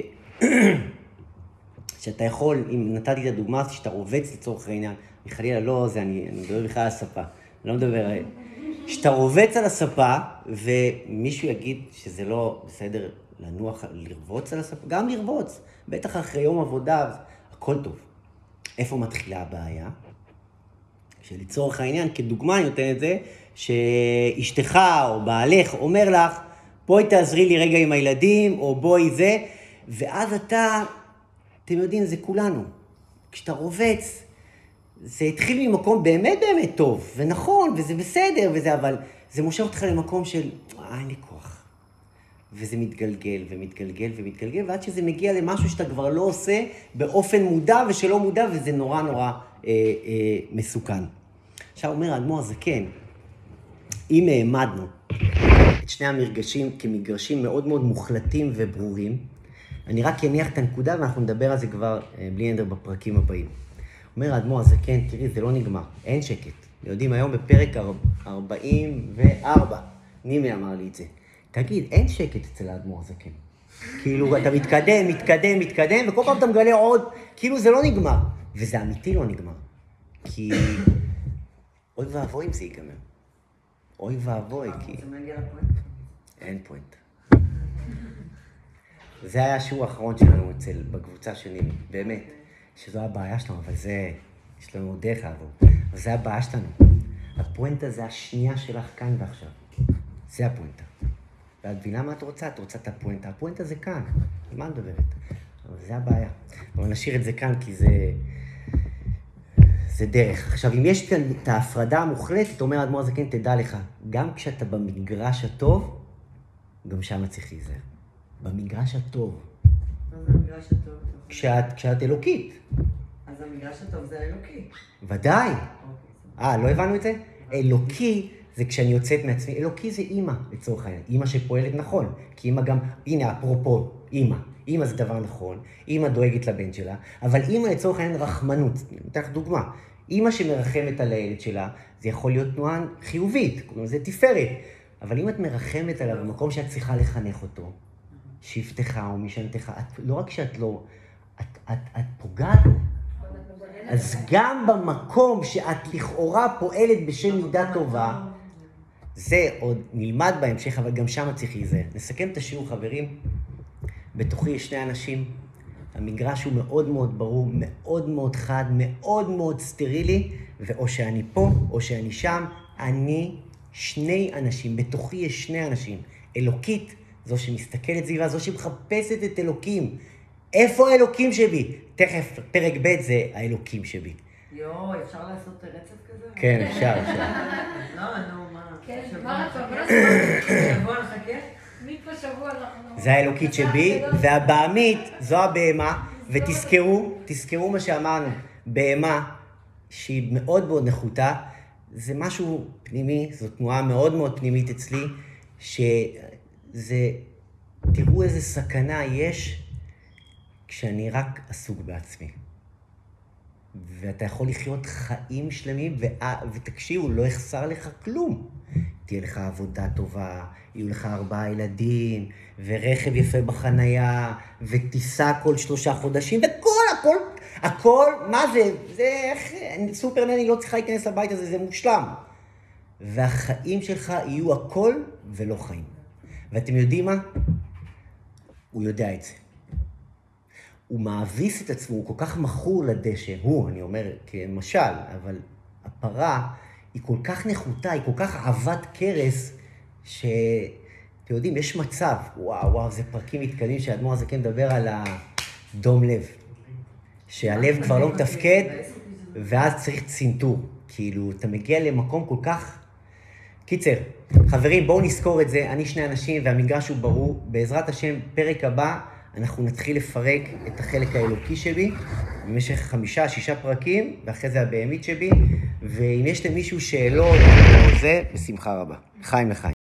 שאתה יכול, אם נתתי את הדוגמה, שאתה רובץ לצורך העניין, חלילה לא, זה אני, אני מדבר בכלל על הספה, אני לא מדבר, שאתה רובץ על הספה, ומישהו יגיד שזה לא בסדר לנוח, לרבוץ על הספה, גם לרבוץ, בטח אחרי יום עבודה, הכל טוב. איפה מתחילה הבעיה? שלצורך העניין, כדוגמה אני נותן את זה, שאשתך או בעלך אומר לך, בואי תעזרי לי רגע עם הילדים, או בואי זה, ואז אתה, אתם יודעים, זה כולנו. כשאתה רובץ, זה התחיל ממקום באמת באמת טוב, ונכון, וזה בסדר, וזה, אבל זה מושך אותך למקום של, אה, אין לי כוח. וזה מתגלגל ומתגלגל ומתגלגל, ועד שזה מגיע למשהו שאתה כבר לא עושה באופן מודע ושלא מודע, וזה נורא נורא אה, אה, מסוכן. עכשיו אומר האדמו"ר הזקן, אם העמדנו את שני המרגשים כמגרשים מאוד מאוד מוחלטים וברורים, אני רק אניח את הנקודה ואנחנו נדבר על זה כבר בלי נדר בפרקים הבאים. אומר האדמו"ר הזקן, תראי, זה לא נגמר, אין שקט. יודעים, היום בפרק ארבעים וארבע, נימי אמר לי את זה. תגיד, אין שקט אצל האדמו"ר הזקן. כאילו, אתה מתקדם, מתקדם, מתקדם, וכל פעם אתה מגלה עוד, כאילו זה לא נגמר. וזה אמיתי לא נגמר. כי אוי ואבוי אם זה ייגמר. אוי ואבוי, כי... זה מגיע לפואנטה. אין פואנטה. זה היה השיעור האחרון שלנו אצל, בקבוצה של נימי, באמת. שזו הבעיה שלנו, אבל זה... יש לנו דרך לעבור. אבל זה הבעיה שלנו. הפואנטה זה השנייה שלך כאן ועכשיו. זה הפואנטה. ואת מבינה מה את רוצה? את רוצה את הפואנטה. הפואנטה זה כאן. על מה את מדברת? אבל זה הבעיה. אבל נשאיר את זה כאן כי זה... זה דרך. עכשיו, אם יש כאן את ההפרדה המוחלטת, אומר האדמו"ר הזקן, תדע לך, גם כשאתה במגרש הטוב, גם שם צריך להיזהר. במגרש הטוב. מה זה המגרש הטוב? כשאת, כשאת אלוקית. אז המגרש הטוב זה אלוקי. ודאי. אוקיי. אה, לא הבנו את זה? אלוקי זה כשאני יוצאת מעצמי. אלוקי זה אימא, לצורך העניין. אימא שפועלת נכון. כי אימא גם, הנה, אפרופו, אימא. אימא זה דבר נכון. אימא דואגת לבן שלה. אבל אימא לצורך העניין רחמנות. אני אתן לך דוגמה. אימא שמרחמת על הילד שלה, זה יכול להיות תנועה חיובית. כלומר, זה תפארת. אבל אם את מרחמת עליו במקום שאת צריכה לחנך אותו, שבטך או משנתך, את, לא רק שאת לא, את, את, את פוגעת. אז גם במקום שאת לכאורה פועלת בשם מידה טובה, זה עוד נלמד בהמשך, אבל גם שם צריך להיזהר. נסכם את השיעור, חברים. בתוכי יש שני אנשים. המגרש הוא מאוד מאוד ברור, מאוד מאוד חד, מאוד מאוד סטרילי, ואו שאני פה, או שאני שם. אני שני אנשים. בתוכי יש שני אנשים. אלוקית, זו שמסתכלת סביבה, זו שמחפשת את אלוקים. איפה האלוקים שבי? תכף, פרק ב' זה האלוקים שבי. יואו, אפשר לעשות רצף כזה? כן, אפשר, אפשר. לא, נו, מה? כן, שבוע מה נחכה? אתה אומר? שבוע נחכה? מפה שבוע אנחנו... זה האלוקית שבי, והבהמית זו הבהמה, ותזכרו, תזכרו מה שאמרנו, בהמה שהיא מאוד מאוד נחותה, זה משהו פנימי, זו תנועה מאוד מאוד פנימית אצלי, שזה, תראו איזה סכנה יש כשאני רק עסוק בעצמי. ואתה יכול לחיות חיים שלמים, ו... ותקשיבו, לא יחסר לך כלום. תהיה לך עבודה טובה, יהיו לך ארבעה ילדים, ורכב יפה בחנייה, וטיסה כל שלושה חודשים, וכל, הכל, הכל, מה זה? זה איך, סופרנני לא צריכה להיכנס לבית הזה, זה מושלם. והחיים שלך יהיו הכל ולא חיים. ואתם יודעים מה? הוא יודע את זה. הוא מאביס את עצמו, הוא כל כך מכור לדשא, הוא, אני אומר כמשל, אבל הפרה היא כל כך נחותה, היא כל כך עבת קרס, שאתם יודעים, יש מצב, וואו, וואו, זה פרקים מתקדמים שהאדמו"ר הזקן מדבר על הדום לב, שהלב כבר לא מתפקד, ואז צריך צנתור, כאילו, אתה מגיע למקום כל כך... קיצר, חברים, בואו נזכור את זה, אני שני אנשים והמגרש הוא ברור, בעזרת השם, פרק הבא, אנחנו נתחיל לפרק את החלק האלוקי שבי, במשך חמישה, שישה פרקים, ואחרי זה הבהמית שבי, ואם יש למישהו שאלות או זה, בשמחה רבה. חיים לחיים.